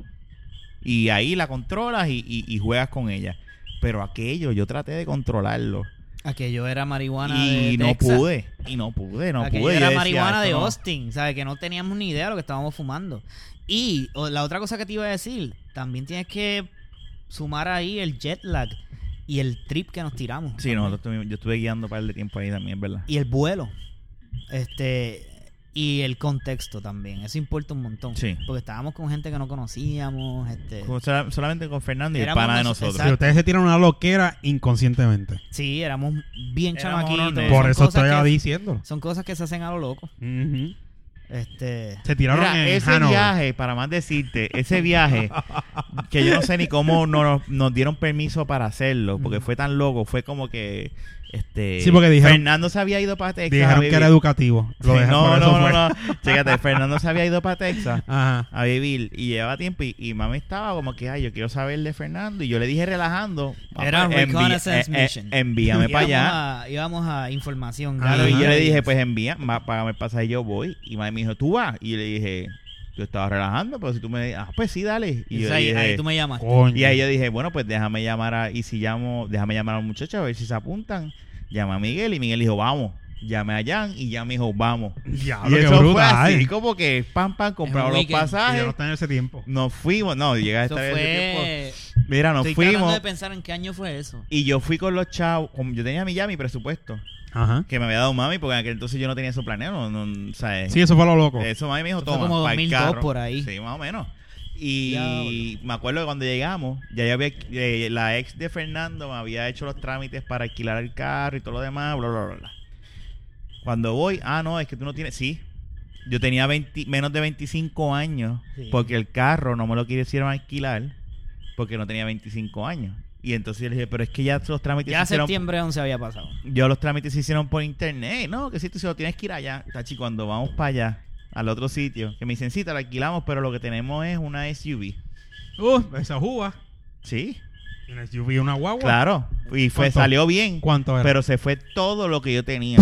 Y ahí la controlas y, y, y juegas con ella. Pero aquello, yo traté de controlarlo. Aquello era marihuana Y de no Texas. pude, y no pude, no Aquello pude. Yo era decía, marihuana esto de no. Austin, ¿sabes? Que no teníamos ni idea de lo que estábamos fumando. Y o- la otra cosa que te iba a decir, también tienes que sumar ahí el jet lag y el trip que nos tiramos. Sí, nosotros estuvimos- yo estuve guiando un par de tiempo ahí también, ¿verdad? Y el vuelo. Este... Y el contexto también, eso importa un montón. Sí. Porque estábamos con gente que no conocíamos, este... Con- sola- solamente con Fernando y el Éramos pana de nos- nosotros. Si exacto. ustedes se tiran una loquera inconscientemente. Sí, éramos bien Éramos chamaquitos. unos nerds. Por Son eso cosas estoy que- diciéndolo. Son cosas que se hacen a lo loco. Ujú. Este... Se tiraron Mira, en ese Hanover. viaje, para más decirte, ese viaje, que yo no sé ni cómo no nos, nos dieron permiso para hacerlo, porque fue tan loco, fue como que, este, Sí, porque dijeron- Fernando se había ido para Texas. a Dijeron que vivir. era educativo. Lo Sí, dejaron, no, por eso no, no, fue. no, chécate, Fernando se había ido para Texas Ajá. a vivir y llevaba tiempo y, y mami estaba como que, ay, yo quiero saber de Fernando y yo le dije relajando, Era "Ah, pues, reconnaissance envía- eh, eh, mission. envíame para allá. Íbamos a, íbamos a información. Ah, Claro, y yo le Ajá. dije, pues envía, ma- págame el pasaje, yo voy. Y mami me dijo, ¿tú vas? Y yo le dije, yo estaba relajando, pero si tú me ah, pues sí, dale. Y, Y yo ahí, dije, ahí tú me llamas. Coño. y ahí yo dije, bueno, pues déjame llamar a, y si llamo, déjame llamar a los muchachos a ver si se apuntan. Llama a Miguel y Miguel dijo, vamos. Llamé a Jan y Jan me dijo, vamos. Diablo, Y qué eso fue brutal. así, como que pam, pam, compramos un los weekend. Y yo pasajes. no estaba en ese tiempo. Nos fuimos, no, llega a Eso estar en ese tiempo. fue... Mira, nos Estoy tratando fuimos de pensar en qué año fue eso. y yo fui con los chavos, como yo tenía mi ya mi presupuesto Ajá. que me había dado mami, porque en aquel entonces yo no tenía eso planeado, no, no, ¿sabes? Sí, eso fue lo loco. Eso mami me dijo, Eso fue toma, como para el dos mil dos carro. por ahí. Sí, más o menos. Y Diablo. me acuerdo que cuando llegamos, ya yo había, eh, la ex de Fernando me había hecho los trámites para alquilar el carro y todo lo demás, bla, bla, bla, bla. Cuando voy, ah, no, es que tú no tienes, sí. Yo tenía veinte, menos de veinticinco años, Sí. porque el carro no me lo quisieron alquilar, porque no tenía veinticinco años. Y entonces yo le dije, pero es que ya los trámites Ya se hicieron... septiembre once había pasado. Yo los trámites se hicieron por internet, no, que si tú se lo tienes que ir allá. Tachi, cuando vamos para allá, al otro sitio, que me dicen, sí, te lo alquilamos, pero lo que tenemos es una S U V. Uh, esa juga. Sí, Y yo vi una guagua. claro. Y fue, ¿Cuánto? salió bien, ¿Cuánto era? pero se fue todo lo que yo tenía.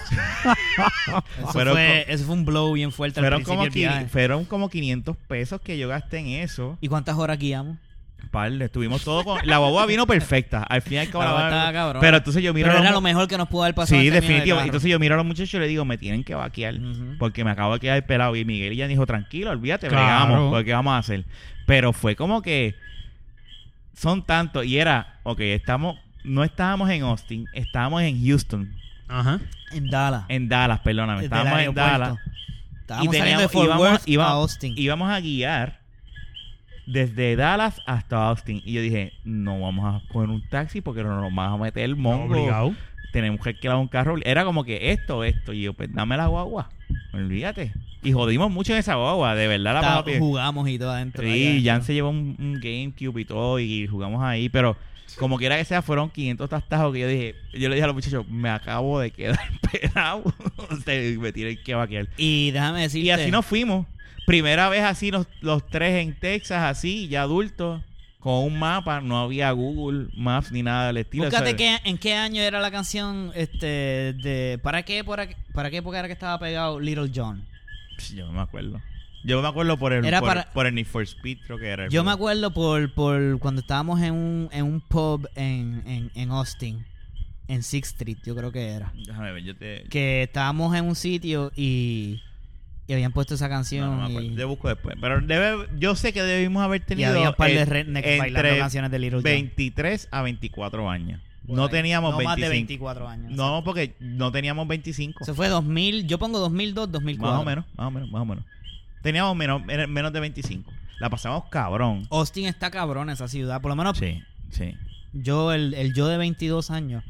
Eso, Fueron fue, eso fue un blow bien fuerte al fueron, principio como del viaje. qui- fueron como quinientos pesos que yo gasté en eso. ¿Y cuántas horas guiamos? Par, estuvimos todo con... La guagua vino perfecta. Al fin y al cabo La la guagua guagua- estaba cabrona. Pero entonces yo miro... Pero a era los lo mu- mejor que nos pudo haber pasado. Sí, en términos de definitivo. carro. Entonces yo miro a los muchachos y le digo, me tienen que vaquear. Ujú. Porque me acabo de quedar pelado. Y Miguel ya dijo, tranquilo, olvídate, Claro. bregamos, porque vamos a hacer. Pero fue como que son tantos. Y era, ok, estamos, no estábamos en Austin, estábamos en Houston, Ajá. En Dallas. en Dallas, perdóname, Desde estábamos el en aeropuerto. Dallas. Estábamos y saliendo de teníamos- Fort íbamos- Worth íbamos- a Austin. Íbamos a guiar desde Dallas hasta Austin. Y yo dije, no vamos a coger un taxi porque no nos vamos a meter el mongo. Obligado. Tenemos que alquilar un carro. Era como que esto, esto. Y yo, pues dame la guagua. Olvídate. Y jodimos mucho en esa guagua. De verdad la Estaba- pasamos bien. jugamos y todo adentro. Sí, allá. Jan se llevó un, un GameCube y todo. Y jugamos ahí. Pero como quiera que sea, fueron quinientos tastajos que yo dije. Yo le dije a los muchachos, me acabo de quedar pelado. Ustedes me tienen que vaquear. Y déjame decirte... Y así nos fuimos. Primera vez así los, los tres en Texas, así, ya adultos, con un mapa. No había Google Maps ni nada del estilo. Búscate ¿sabes? qué, en qué año era la canción este de ¿para qué para, qué- para qué época era que estaba pegado Little John? Psh, Yo no me acuerdo. Yo me acuerdo por el, Era por, para- por el Need for Speed, creo que era. el Yo me juego. acuerdo por, por cuando estábamos en un, en un pub en, en, en Austin, en Sixth Street, yo creo que era. Déjame ver, yo te... Que estábamos en un sitio y, y habían puesto esa No, canción. no me acuerdo. y, Yo busco después. Pero debe, yo sé que debimos haber y tenido había un par de eh, rednecks bailando entre canciones de Little John. veintitrés a veinticuatro años. Por No ahí. teníamos no veinticinco. más de veinticuatro años. No, porque no teníamos veinticinco. Eso fue dos mil, yo pongo dos mil dos, dos mil cuatro. Más o menos, más o menos, más o menos. Teníamos menos, menos de veinticinco. La pasamos cabrón. Austin está cabrón esa ciudad, por lo menos Sí, sí. yo, el, el yo de veintidós años,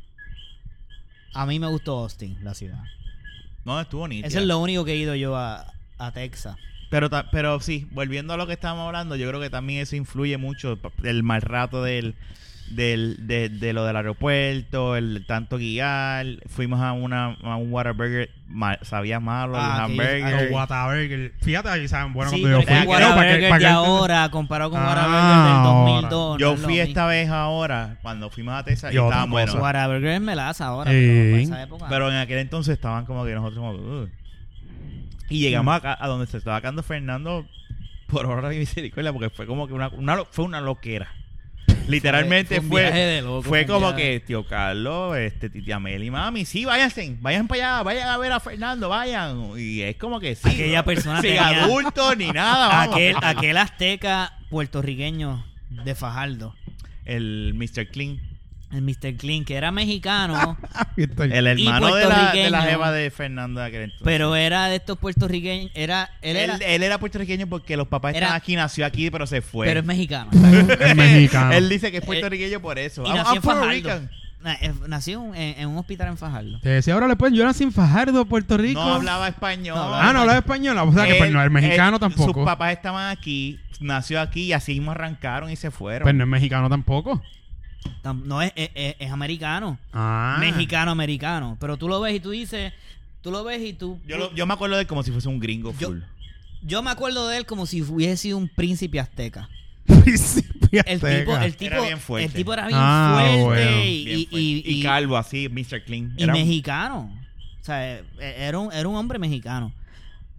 a mí me gustó Austin, la ciudad. No, estuvo nítido. Eso es lo único que he ido yo a, a Texas. Pero, ta- pero sí, volviendo a lo que estábamos hablando, yo creo que también eso influye mucho, el mal rato del, del, de, de lo del aeropuerto, el tanto guiar. Fuimos a una a un Whataburger, ma- sabía malo Ah, el que- hamburger. Los Whataburger. Fíjate, ahí saben bueno Sí, cuando yo pero fui. el No, para Whataburger que- para de que- ahora comparado con Ah, Whataburger del dos mil dos. Yo no es lo fui mismo. esta vez ahora, cuando fuimos a Texas, y Y otra estaban cosa. buenos. Whataburger es melaza ahora, Sí. pero para esa época. Pero en aquel entonces estaban como que nosotros como... "Ugh". Y llegamos Mm. acá, a donde se estaba quedando Fernando, por obra de misericordia, porque fue como que una, una lo- fue una loquera. Literalmente Fue un fue, viaje de loco, fue fue un como viaje. que tío Carlos, este tía Meli, mami, sí, váyanse, vayan para allá, vayan a ver a Fernando, vayan. Y es como que sí. Aquella ¿no? persona sin tenía- adultos ni nada, vamos. aquel, aquel azteca puertorriqueño de Fajardo, El mister Clean, el mister Clean, que era mexicano, el hermano de la, de la puertorriqueño. jeva de Fernando de aquel entonces. pero era de estos puertorriqueños, era, él él, era, él era puertorriqueño porque los papás Era- estaban aquí, nació aquí, pero se fue. pero es mexicano. Es mexicano. Él dice que es puertorriqueño por eso. Y I'm- nació I'm en Puerto Fajardo. Rican. Na- eh, Nació en, en un hospital en Fajardo. Te decía ahora después, yo nací en Fajardo, Puerto Rico. No hablaba español. No Ah, no hablaba español. O sea que pues, no, el mexicano él- tampoco. Sus papás estaban aquí, nació aquí y así mismo arrancaron y se fueron. Pues no es mexicano tampoco. Tam- No es, es, es- es americano. Ah. Mexicano-americano. Pero tú lo ves y tú dices, tú lo ves y tú... yo, lo- yo me acuerdo de él como si fuese un gringo Yo- full. Yo me acuerdo de él como si hubiese sido un príncipe azteca. Príncipe El azteca. tipo, el tipo, Era bien fuerte. el tipo era bien Ah, fuerte bueno. y, Bien y, fuerte. y, y calvo así, mister Clean. y Era un- mexicano. O sea, eh, era un, era un hombre mexicano.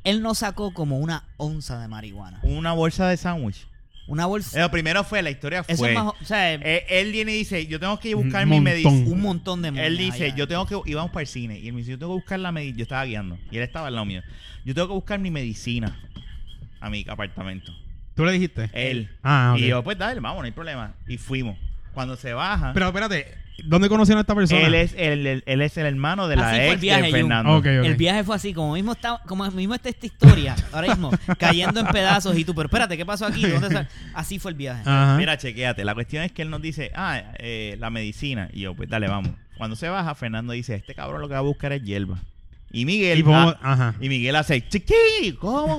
Él nos sacó como una onza de marihuana. Una bolsa de sándwich. Una bolsa. Lo primero fue, la historia fue... Eso es más, o sea, eh, él viene y dice, yo tengo que buscar Un mi montón. medicina. un montón de moñas Él dice, allá. yo tengo que... Íbamos para el cine. Y él me dice, yo tengo que buscar la medicina. Yo estaba guiando. Y él estaba al lado mío. Yo tengo que buscar mi medicina a mi apartamento. ¿Tú le dijiste? Él. Ah, ok. Y yo, pues dale, vamos, no hay problema. Y fuimos. Cuando se baja... Pero espérate, ¿dónde conocieron a esta persona? Él es el, el- él es el hermano de la Así fue el ex viaje, de Jun. Fernando. Ok, ok. El viaje fue así, como mismo está, como mismo está esta historia, ahora mismo, cayendo en pedazos y tú, pero espérate, ¿qué pasó aquí? ¿Dónde sal-? Así fue el viaje. Ajá. Mira, chequéate. La cuestión es que él nos dice, ah, eh, la medicina. Y yo, pues dale, vamos. Cuando se baja, Fernando dice, este cabrón lo que va a buscar es hierba. Y Miguel... Y vamos- ah, ajá. y Miguel hace, chiqui, ¿cómo?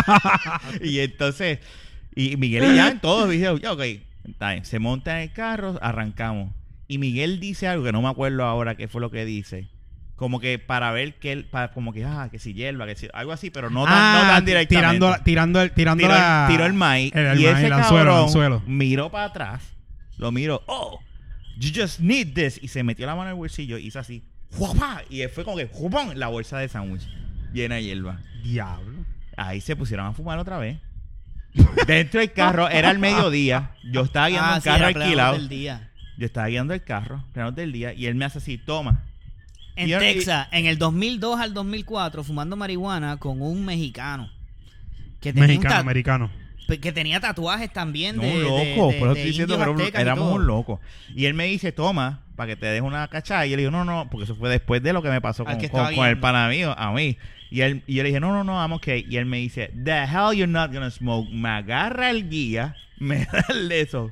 Y entonces... Y Miguel y ya en todos dice, ya, ok. Está bien. Se monta en el carro, arrancamos. Y Miguel dice algo que no me acuerdo ahora qué fue lo que dice. Como que para ver que él, para, como que, ah, que si hierba, que si, algo así, pero no tan, Ah, no tan directamente. Tirando, la- tirando, el, tirando tiró, la... el, tiró el maíz. el- el y maíz, ese el anzuelo, el cabrón anzuelo. miró para atrás, lo miró, oh, you just need this. Y se metió la mano en el bolsillo y hizo así, ¡juapa! Y fue como que, ¡jupón! La bolsa de sándwich llena de hierba. Diablo. Ahí se pusieron a fumar otra vez. Dentro del carro, era el mediodía. Yo estaba guiando Ah, un sí, carro era pleno alquilado. del día. Yo estaba guiando el carro, pleno del día, y él me hace así, toma. En Y yo- Texas, en el dos mil dos al dos mil cuatro, fumando marihuana con un mexicano. Que tenía, un Mexicano, ta- americano. que tenía tatuajes también No, de, un de- loco, de- por eso de estoy diciendo indios que era un- aztecas y éramos todo. un loco. Y él me dice, toma, para que te deje una cachada. Y yo le digo, no, no, porque eso fue después de lo que me pasó Al con, que con, estaba con el guiando. pana mío, a mí. Y, él, y yo le dije, no, no, no, I'm okay. Y él me dice, the hell you're not gonna smoke. Me agarra el guía, me da el de eso.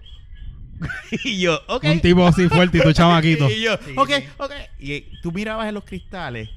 Y yo, ok. Un tipo así fuerte y tu chamaquito. Y yo, Sí, ok, sí. ok. Y tú mirabas en los cristales.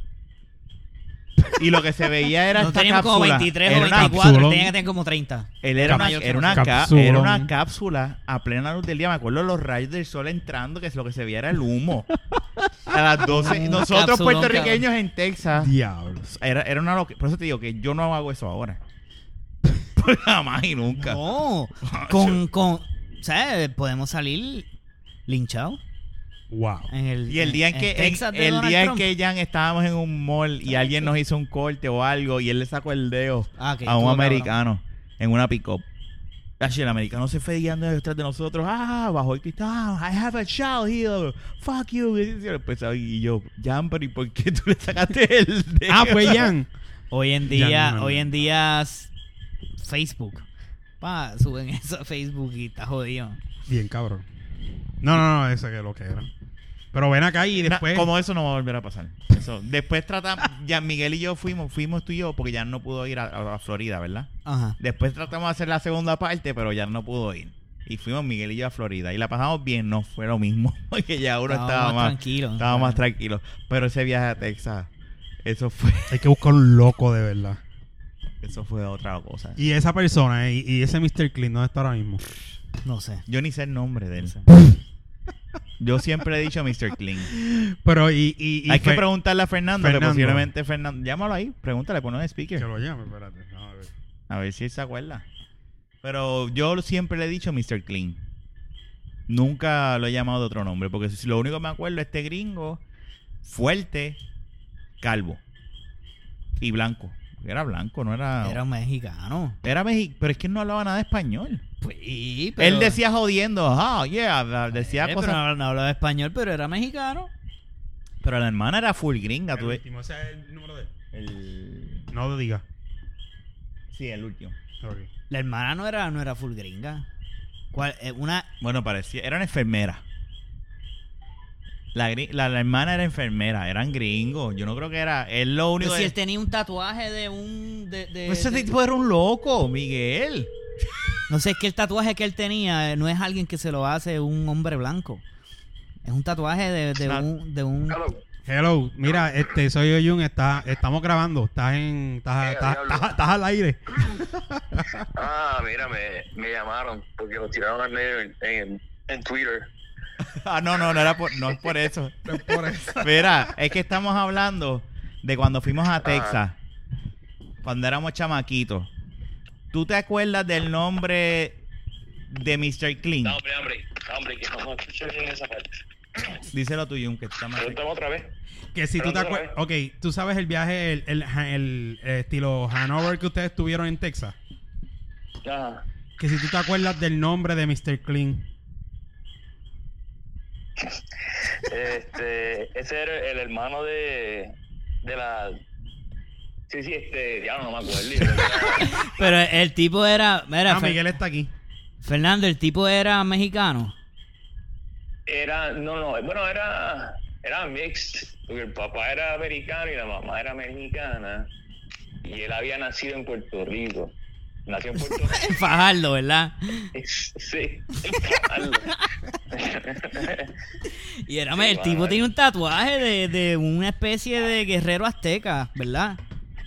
Y lo que se veía era No esta teníamos como cápsula. veintitrés Era o una veinticuatro, cápsula. tenía que tener como treinta. Él era, una, mayor que era, una nosotros. ca- Cápsula. era una cápsula a plena luz del día. Me acuerdo los rayos del sol entrando, que es lo que se veía era el humo. A las doce. Un Nosotros cápsulón, puertorriqueños en Texas. Diablo. Era, era una loca. Por eso te digo que yo no hago eso ahora. Pues jamás y nunca. No, con, con, o sea, podemos salir linchados. Wow. En el, Y el día en que en- Texas de el Donald día en Trump. que Jan estábamos en un mall y alguien nos hizo un corte o algo y él le sacó el dedo Ah, ok, a un estuvo americano en una pick-up. Así el americano se fue guiando detrás de nosotros. Ah, bajo el cristal. Ah, I have a child here. Fuck you. Y empezó, y yo, Jan, pero ¿y por qué tú le sacaste el dedo? Ah, fue Jan. Hoy en día, Ya, no, no. hoy en día s- Facebook. Pa, suben eso a Facebook y está jodido. Bien, cabrón. No, no, no, ese que lo que era. Pero ven acá y Na- después... como eso no va a volver a pasar. Eso. Después tratamos, ya Miguel y yo fuimos, fuimos tú y yo, porque ya no pudo ir a, a- a Florida, ¿verdad? Ajá. Después tratamos de hacer la segunda parte, pero ya no pudo ir. Y fuimos Miguel y yo a Florida. Y la pasamos bien, no fue lo mismo, porque ya uno Estábamos estaba más más, tranquilos. estaba más tranquilo. Pero ese viaje a Texas, eso fue, Hay que buscar un loco de verdad. eso fue otra cosa. Y esa persona, eh, y, y ese mister Clean, ¿dónde está ahora mismo? No sé. Yo ni sé el nombre de él. No sé. Yo siempre he dicho mister Clean. Pero y... y, y Hay que Fe- preguntarle a Fernando, que Fernando. posiblemente Fernando... Llámalo ahí, pregúntale, ponlo en speaker. Que lo llame, espérate. Vamos a ver. A ver si él se acuerda. Pero yo siempre le he dicho mister Clean. Nunca lo he llamado de otro nombre. Porque si lo único que me acuerdo es este gringo, fuerte, calvo y blanco. Era blanco, no era... Era un mexicano. Era mexicano, pero es que él no hablaba nada de español. Pues, sí, pero, Él decía jodiendo, ah, yeah, da- decía Eh, cosas. pero no, no hablaba español, pero era mexicano. Pero la hermana era full gringa, El tú ves. último, ese es el número de él. El... No lo diga. Sí, el último. Ok. La hermana no era, no era full gringa. ¿Cuál? Eh, una, Bueno, parecía, era una enfermera. La, gri- la, la hermana era enfermera, eran gringos. Yo no creo que era. Él lo único. pues si de- él tenía un tatuaje de un... De, de- Pues ese de- tipo era un loco, Miguel. no sé, es que el tatuaje que él tenía eh, no es alguien que se lo hace un hombre blanco. Es un tatuaje de, de Ah. un... De un Hello, mira, este soy yo, Jun, está, estamos grabando, estás en, estás, Eh, estás, diablo. estás- estás al aire. Ah, mira, me, me llamaron porque lo tiraron al medio en, en, en Twitter. Ah, no, no, no era por, no es por eso. No es por eso. Mira, es que estamos hablando de cuando fuimos a Texas. Cuando éramos chamaquitos. ¿Tú te acuerdas del nombre de mister Clean? No, hombre, hombre, hombre, que no escuché bien esa parte. Díselo tú, Jun, que tú estás más... Pregúntame otra vez. Que si tú te Pero acuerdas... no, Ok, tú sabes el viaje, el, el, el, el estilo Hanover que ustedes tuvieron en Texas. Ajá. Que si tú te acuerdas del nombre de mister Clean. Este, ese era el hermano de, de la... Sí, sí, este, ya no, no me acuerdo. Pero el tipo era... Era Ah, Fer- Miguel está aquí. Fernando, el tipo era mexicano. Era, no, no, bueno, era, era mixed, porque el papá era americano y la mamá era mexicana, y él había nacido en Puerto Rico. Nació en Puerto Rico. Fajardo, ¿verdad? Sí. Y era, Sí, el tipo mano. tiene un tatuaje de, de una especie de guerrero azteca, ¿verdad?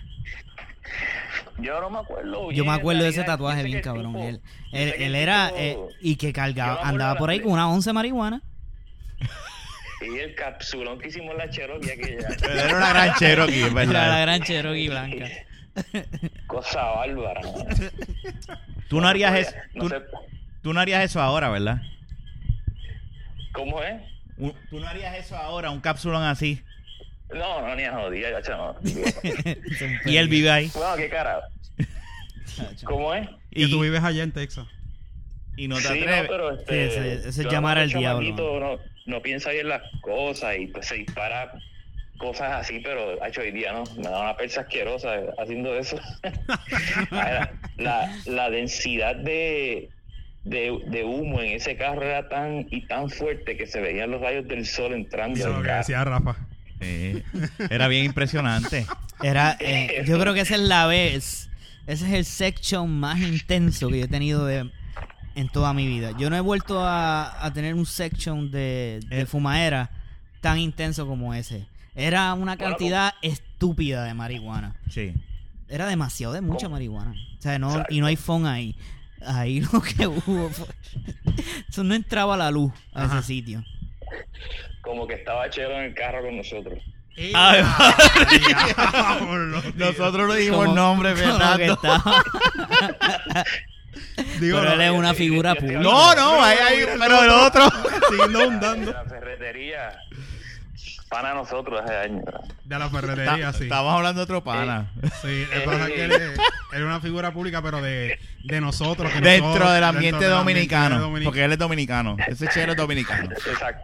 Yo no me acuerdo bien, Yo me acuerdo de ese en realidad. tatuaje Yo sé bien que el cabrón. tipo- Él, yo él, sé que él el era... tipo- eh, y que yo me cargaba, acuerdo andaba de por ahí la- con una once marihuana. Y el capsulón que hicimos en la Cherokee aquella. Pero era una gran Cherokee, Era la ¿verdad? gran Cherokee blanca. Cosa bárbara, ¿no? Tú no harías eso. No Tú, sé tú no harías eso ahora, ¿verdad? cómo es. Un- Tú no harías eso ahora, un cápsulón así. No, no, ni a jodida, gacho, no. Y él vive ahí. Bueno, qué cara. ¿Cómo es? Que Y, tú vives allá en Texas. y no te Sí, atreves. no, pero este, Sí, ese- ese es yo llamar no, al diablo, chamaquito, No, no piensa bien las cosas y pues se dispara cosas así, pero hecho hoy día no, me da una persa asquerosa haciendo eso. la, la, la densidad de, de, de humo en ese carro era tan y tan fuerte que se veían los rayos del sol entrando Eso es lo al que carro. decía Rafa. Sí, era bien impresionante. Era, eh, yo creo que esa es la vez, ese es el section más intenso que yo he tenido de, en toda mi vida. Yo no he vuelto a, a tener un section de, de Eh. fumadera tan intenso como ese. Era una cantidad estúpida de marihuana. Sí. Era demasiado de mucha ¿Cómo? marihuana. O sea, no, Exacto. y no hay phone ahí. Ahí lo que hubo fue... Eso no entraba la luz a Ajá. ese sitio. Como que estaba Chelo en el carro con nosotros. Ay, Diablo, tío. Nosotros no dijimos Como- nombre, como que Fernando. estaba- Digo, Pero él es no, una yo- figura yo- yo- pública. No, no, ahí, ahí, pero el otro. siguiendo De ahondando. la ferretería, pana nosotros hace años. De la ferretería, Ta- sí. Estamos hablando de otro pana. Sí, el problema es que él es, él es una figura pública, pero de, de nosotros. que Dentro nosotros- del ambiente dentro del dominicano. ambiente dominic- Porque él es dominicano. Ese chero es dominicano. Exacto.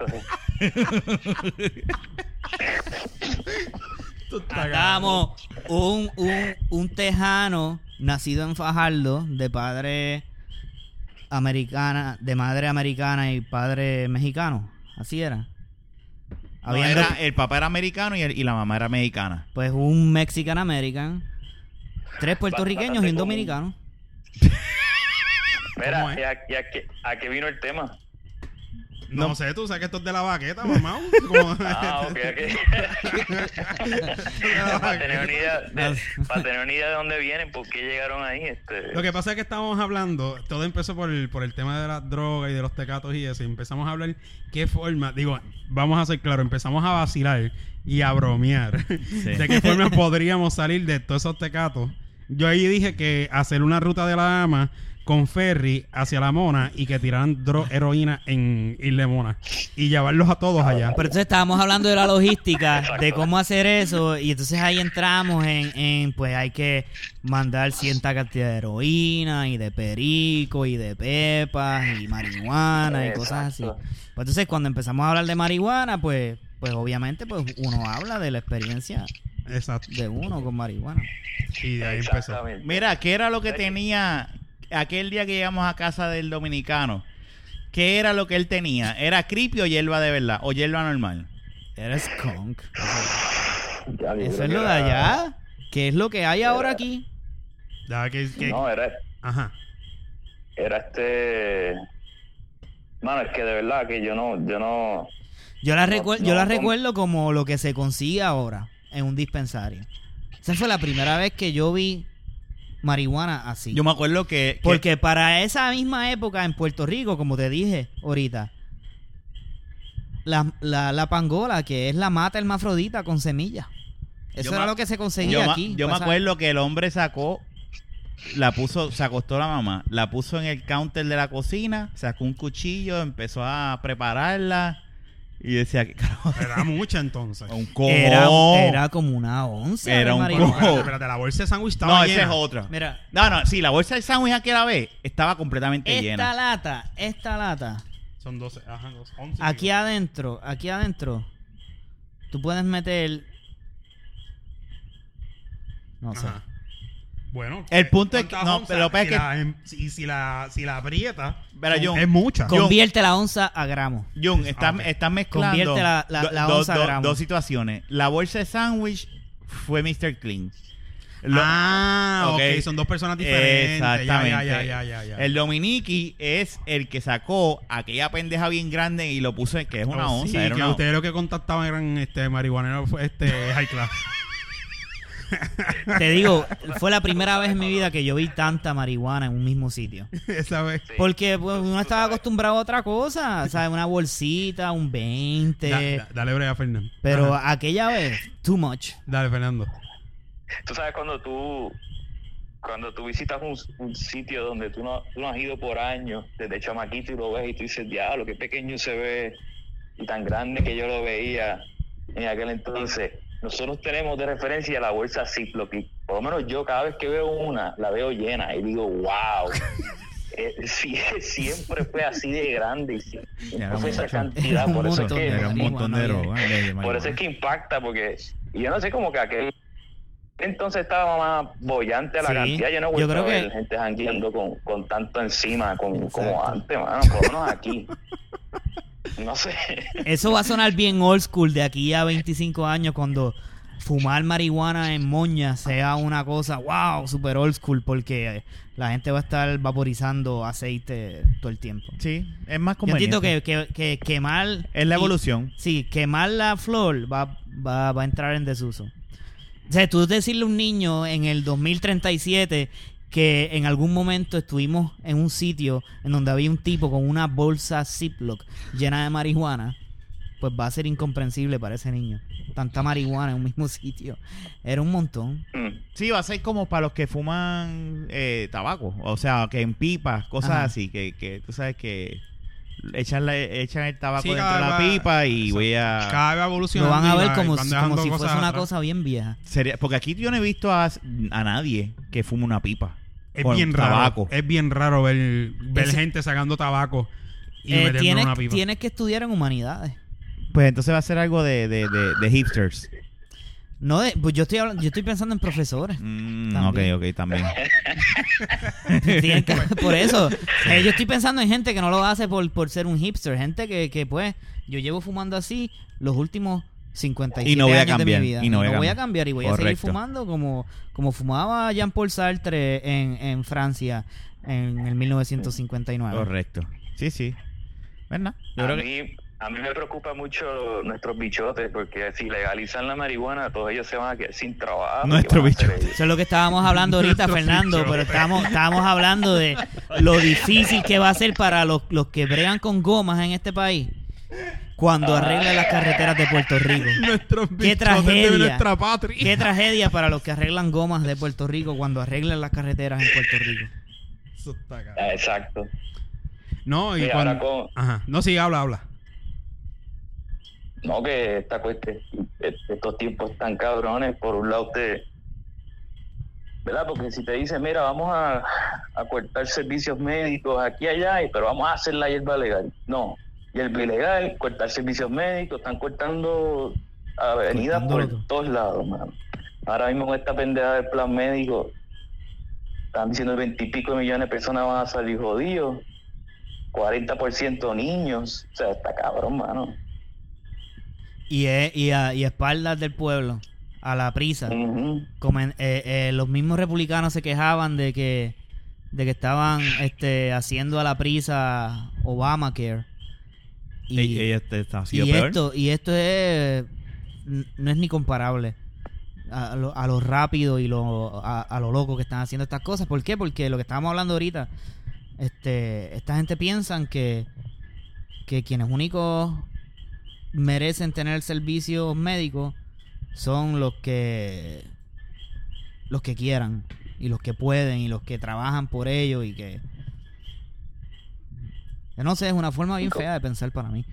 Tú estás Estábamos un, un, un tejano nacido en Fajardo, de padre americana, de madre americana y padre mexicano. Así era. No, Habiendo, era- el papá era americano y, el- y la mamá era mexicana. pues un Mexican American, tres puertorriqueños y un Bastante común. dominicano. Mira, ¿Cómo es? ¿y a, y a qué, a qué vino el tema? No, No. sé, tú sabes que esto es de la baqueta, mamá. Como- Ah, ok, ok. para, tener una idea de, para tener una idea de dónde vienen, por qué llegaron ahí. Este... Lo que pasa es que estábamos hablando, todo empezó por el, por el tema de las drogas y de los tecatos y eso, y empezamos a hablar qué forma, digo, vamos a ser claros, empezamos a vacilar y a bromear de qué forma podríamos salir de todos esos tecatos. Yo ahí dije que hacer una ruta de la ama con ferry hacia la Mona y que tiraran dro- heroína en Isla Mona y llevarlos a todos allá. Pero entonces estábamos hablando de la logística, Exacto. de cómo hacer eso, y entonces ahí entramos en, en pues hay que mandar cierta cantidad de heroína y de perico y de pepas y marihuana y cosas así. Exacto. Pues entonces cuando empezamos a hablar de marihuana, pues pues obviamente pues uno habla de la experiencia Exacto. de uno con marihuana. Y de ahí empezó. Exactamente. Mira, ¿qué era lo que tenía aquel día que llegamos a casa del dominicano? ¿Qué era lo que él tenía? ¿Era creepy o hierba de verdad? ¿O hierba normal? Era skunk. Ya, yo Eso creo es que lo de era- allá. ¿Qué es lo que hay ahora aquí? Ya que, que- No, era, Ajá. era este... Mano, es que de verdad que yo no... Yo no Yo la, No, recuer- no, yo la con- recuerdo como lo que se consigue ahora en un dispensario. Esa fue la primera vez que yo vi marihuana así. Yo me acuerdo que... que- Porque para esa misma época en Puerto Rico, como te dije ahorita, la, la, la pangola, que es la mata hermafrodita con semillas. Eso Yo era me- lo que se yo, conseguía ma- aquí. yo me Pasa- acuerdo que el hombre sacó, la puso, se acostó la mamá, la puso en el counter de la cocina, sacó un cuchillo, empezó a prepararla Y decía, ¿qué carajo? Era mucha entonces. Un cojón. Era, era como una onza. Era de un marihuana. cojo. Espérate, espérate, la bolsa de sándwich estaba No, llena. esa es otra. Mira, No, no, sí, la bolsa de sándwich aquí a la vez estaba completamente esta llena. lata, esta lata, Son doce, ajá, doce, once. aquí adentro, aquí adentro, tú puedes meter... No sé. Ajá. Bueno, El punto es que- ¿cuántas no, onzas? pero lo que es si que- la, em- si, si la si la aprieta, Pero, son- John, es mucha. Con- Convierte la onza a gramos. Jun, estás Ah, ok. estás mezclando Convierte la- la- do- la do- onza a do- gramos. dos situaciones. La bolsa de sándwich fue mister Clean. Lo- ah, ok. ok, son dos personas diferentes. Exactamente. Ya, ya, ya, ya, ya. El Dominiki es el que sacó aquella pendeja bien grande y lo puso en que es una Oh, onza. sí, era que una- ustedes lo que contactaban eran este marihuaneros este high class. Te digo, fue la primera vez en mi vida que yo vi tanta marihuana en un mismo sitio. Esa vez. Sí. Porque pues, uno estaba acostumbrado a otra cosa, ¿sabes? Una bolsita, un veinte. Da- da- dale brega, Fernando. Pero Ajá. aquella vez, too much. Dale, Fernando. Tú sabes cuando tú cuando tú visitas un, un sitio donde tú no, tú no has ido por años, desde chamaquito, y lo ves y tú dices, diablo, qué pequeño se ve y tan grande que yo lo veía en aquel entonces. Nosotros tenemos de referencia la bolsa Ziploc y por lo menos yo cada vez que veo una, la veo llena y digo, wow. Eh, sí, siempre fue así de grande y siempre Era fue esa mucho. cantidad. Era un Por eso es montón que de Era un montón de marihuana, droga. de- de por eso es marihuana. que impacta, porque y yo no sé, como que aquel entonces estaba más bollante la Sí, cantidad. Yo no he yo vuelto creo a ver que- gente jangueando con, con tanto encima con, como Exacto. antes, mano, por lo menos aquí. No sé. Eso va a sonar bien old school de aquí a veinticinco años cuando fumar marihuana en moña sea una cosa, wow, super old school, porque la gente va a estar vaporizando aceite todo el tiempo. Sí, es más Yo conveniente. entiendo que, que, que quemar... Es la y- evolución. Sí, quemar la flor va, va, va a entrar en desuso. O sea, tú decirle a un niño en el dos mil treinta y siete que en algún momento estuvimos en un sitio en donde había un tipo con una bolsa Ziploc llena de marihuana, pues va a ser incomprensible para ese niño. Tanta marihuana en un mismo sitio. Era un montón. Mm. Sí, va a ser como para los que fuman eh, tabaco. O sea, que en pipas, cosas Ajá. así. Que, que tú sabes que echan, la- echan el tabaco Sí, dentro de cada la vez va- pipa y exacto. voy a... Cada vez va Lo evolucionando. van a y ver va- como, van si- dejando como si cosas fuese una atrás. cosa bien vieja. Sería, porque aquí yo no he visto a, a nadie que fume una pipa. Es con bien tabaco. raro. Es bien raro ver, ver Ese- gente sacando tabaco y Eh, metiendo en tienes, una pipa. tienes que estudiar en humanidades. Pues entonces va a ser algo de, de, de, de hipsters. No de, pues yo estoy hablando, yo estoy pensando en profesores. Mm, También. ok, ok, también. Tienen que- por eso, eh, yo estoy pensando en gente que no lo hace por, por ser un hipster, gente que, que pues yo llevo fumando así los últimos cincuenta y siete Y no voy a años cambiar, de mi vida. y no voy a voy a cambiar. cambiar y voy a seguir Correcto. fumando como, como fumaba Jean-Paul Sartre en, en Francia en el mil novecientos cincuenta y nueve. Correcto. Sí, sí. ¿Verdad? Yo A creo que... mí, a mí me preocupa mucho nuestros bichotes, porque si legalizan la marihuana, todos ellos se van a quedar sin trabajo. Nuestro ¿Qué van a hacer bichote. ellos? Eso es lo que estábamos hablando ahorita, Nuestro Fernando, bicho. pero estábamos, estábamos hablando de lo difícil que va a ser para los, los que bregan con gomas en este país cuando arreglen las carreteras de Puerto Rico. Nuestros Qué bichotes tragedia. de nuestra patria. Qué tragedia para los que arreglan gomas de Puerto Rico cuando arreglan las carreteras en Puerto Rico. Eso está cabrón. Ah, exacto. No, y Mira, cuando... ahora con- Ajá. No, sí, habla, habla. No, que esta cuestión, estos tiempos tan cabrones, por un lado te, ¿verdad? Porque si te dicen, mira, vamos a, a cortar servicios médicos aquí y allá, y- pero vamos a hacer la hierba legal. No, hierba ilegal, cortar servicios médicos, están cortando avenidas Cortándolo por todo. todos lados, mano. Ahora mismo con esta pendeja del plan médico, están diciendo veintipico millones de personas van a salir jodidos, cuarenta por ciento niños, o sea, está cabrón, mano. Y, es- y, a, y a espaldas del pueblo, a la prisa. Ujú. Comen- eh, eh, los mismos republicanos se quejaban de que de que estaban este haciendo a la prisa Obamacare. Y, Ella, ella te- está así y peor. esto y esto es n- no es ni comparable a lo, a lo rápido y lo a, a lo loco que están haciendo estas cosas. ¿Por qué? Porque lo que estábamos hablando ahorita, este esta gente piensan que que quienes únicos merecen tener servicios médicos son los que los que quieran y los que pueden y los que trabajan por ello y que yo no sé, es una forma bien fea de pensar para mí.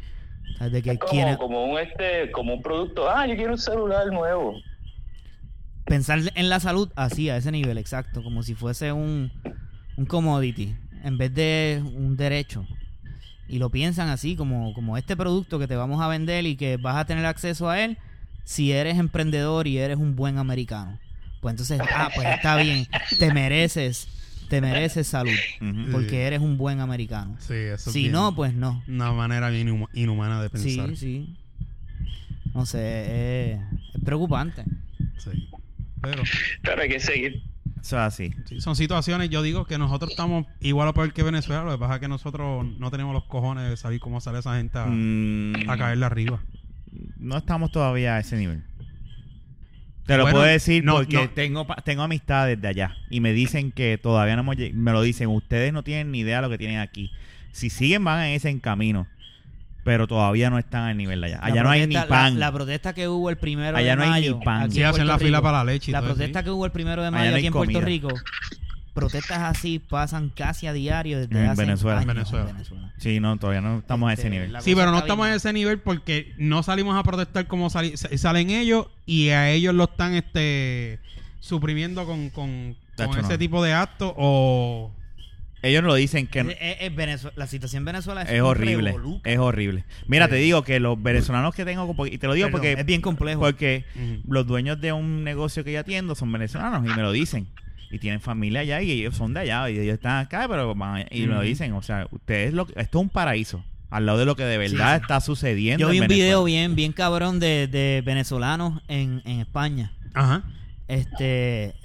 O sea, de que Es como, quieren como un este, como un producto. Ah, yo quiero un celular nuevo. pensar en la salud así, a ese nivel, exacto, como si fuese un, un commodity, en vez de un derecho. Y lo piensan así, como, como este producto que te vamos a vender y que vas a tener acceso a él si eres emprendedor y eres un buen americano. Pues entonces, ah, pues está bien, te mereces, te mereces salud, Ujú. porque Sí. eres un buen americano. Sí, eso es Si bien- no, pues no. una manera bien inhuma- inhumana de pensar. Sí, sí. No sé, es, es preocupante. Sí. Pero Pero hay que seguir. Eso es así. sí, son situaciones, yo digo que nosotros estamos igual o peor que Venezuela, lo que pasa es que nosotros no tenemos los cojones de saber cómo sale esa gente a, Mm, a caerle arriba. no estamos todavía a ese nivel. Te lo Bueno, puedo decir no, porque no. tengo pa- tengo amistades de allá y me dicen que todavía no hemos lleg- me lo dicen, ustedes no tienen ni idea de lo que tienen aquí. Si siguen van en ese en camino, pero todavía no están al nivel de allá. Allá La no hay ni protesta- pan. La, la protesta que hubo el primero Allá de no hay mayo. ni pan. aquí Sí, en hacen la Puerto fila Rico. para la leche y La todo eso, protesta sí. que hubo el primero de Allá mayo no hay aquí en Puerto comida. Rico. Protestas así pasan casi a diario desde En hace Venezuela. años Venezuela. en Venezuela. Sí, no, todavía no estamos a ese Este, nivel. la Sí, cosa pero no está estamos bien a ese nivel porque no salimos a protestar como sali- sa- salen ellos y a ellos lo están este suprimiendo con, con, con Tacho, ese no. tipo de actos o... Ellos lo dicen que no- Es- es- es Venezue- la situación en Venezuela es, es un horrible, revolú. es horrible. Mira, Sí. te digo que los venezolanos que tengo, y te lo digo Perdón, porque es bien complejo. porque Ujú. los dueños de un negocio que yo atiendo son venezolanos y me lo dicen. Y tienen familia allá y ellos son de allá y ellos están acá, pero van- y me lo Ujú. dicen, o sea, ustedes lo esto es un paraíso al lado de lo que de verdad Sí, sí. está sucediendo. Yo vi en un Venezuela. video bien, bien cabrón de, de venezolanos en, en España. Ajá. Este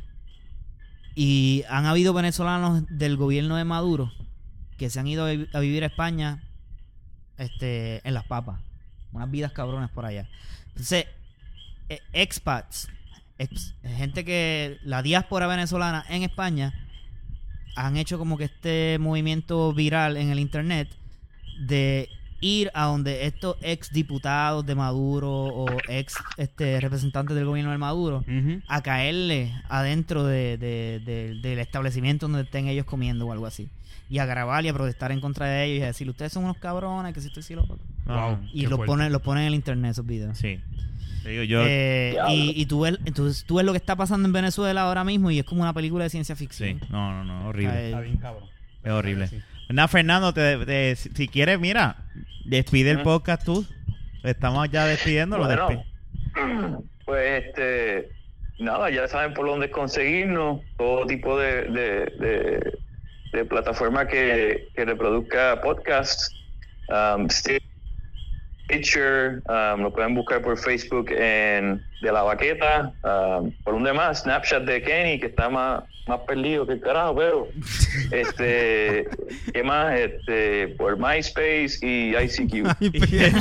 y han habido venezolanos del gobierno de Maduro que se han ido a vi- a vivir a España este en Las Papas. Unas vidas cabronas por allá. Entonces, eh, expats, ex- gente que la diáspora venezolana en España han hecho como que este movimiento viral en el internet de ir a donde estos ex diputados de Maduro o ex este representantes del gobierno de Maduro Ujú. a caerle adentro de, de- de- del establecimiento donde estén ellos comiendo o algo así. Y a grabar y a protestar en contra de ellos y a decir, ustedes son unos cabrones, que si esto y si lo otro. Ah, Wow. Y Qué los fuerte. ponen, los ponen en el internet esos videos. Sí. Te digo, yo Eh, Diablo. y, y tú ves, entonces tú ves lo que está pasando en Venezuela ahora mismo y es como una película de ciencia sí, ficción. no, no, no, horrible. Eh, Está bien, cabrón. Es horrible. Sí. Nada, Fernando, te, te- si si quieres, mira, despide el Ujú. podcast tú. Estamos ya despidiéndolo. Bueno, despi- pues este, nada, ya saben por dónde conseguirnos, todo tipo de, de, de, de plataforma que, que reproduzca podcasts, um, Stitcher, um, lo pueden buscar por Facebook en De La Baqueta, um, por un demás, Snapchat de Kenny, que está más, más perdido que el carajo, pero este, ¿qué más? Este, por MySpace y I C Q. Ay,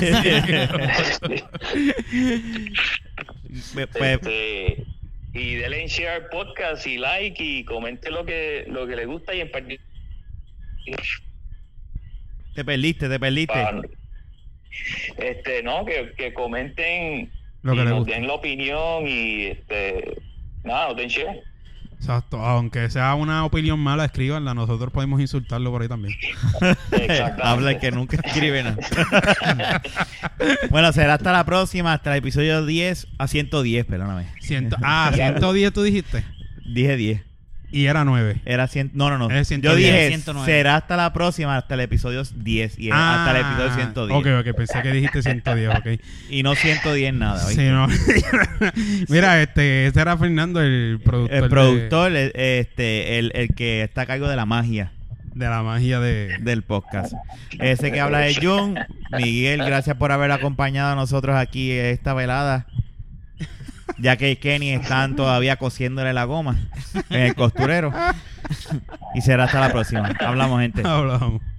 Pues, pues, Este, y denle en share podcast y like y comente lo que lo que le gusta y en particular te perdiste, te perdiste. este no que, que comenten Lo que y le nos gusta. den la opinión y este nada, nos den share. Exacto. Aunque sea una opinión mala, escríbanla. Nosotros podemos insultarlo por ahí también. Exactamente. Habla el que nunca escribe nada. Bueno, será hasta la próxima, hasta el episodio diez a ciento diez, perdóname. Ciento, ah, ciento diez tú dijiste. Dije diez. Y era nueve. Era cien, no, no, no. Es ciento Yo diez. dije, ciento nueve. será hasta la próxima, hasta el episodio diez. Y es hasta el episodio ciento diez. Ok, ok. Pensé que dijiste ciento diez, ok. Y no ciento diez nada. Sí, ¿oíste? no. Mira, este, ese era Fernando, el productor. El de- productor, el- este, el, el que está a cargo de la magia De, la magia de... del podcast. Ese que habla es Jun. Miguel, gracias por haber acompañado a nosotros aquí en esta velada. Ya que Kenny están todavía cosiéndole la goma en el costurero. Y será hasta la próxima. Hablamos, gente. Hablamos.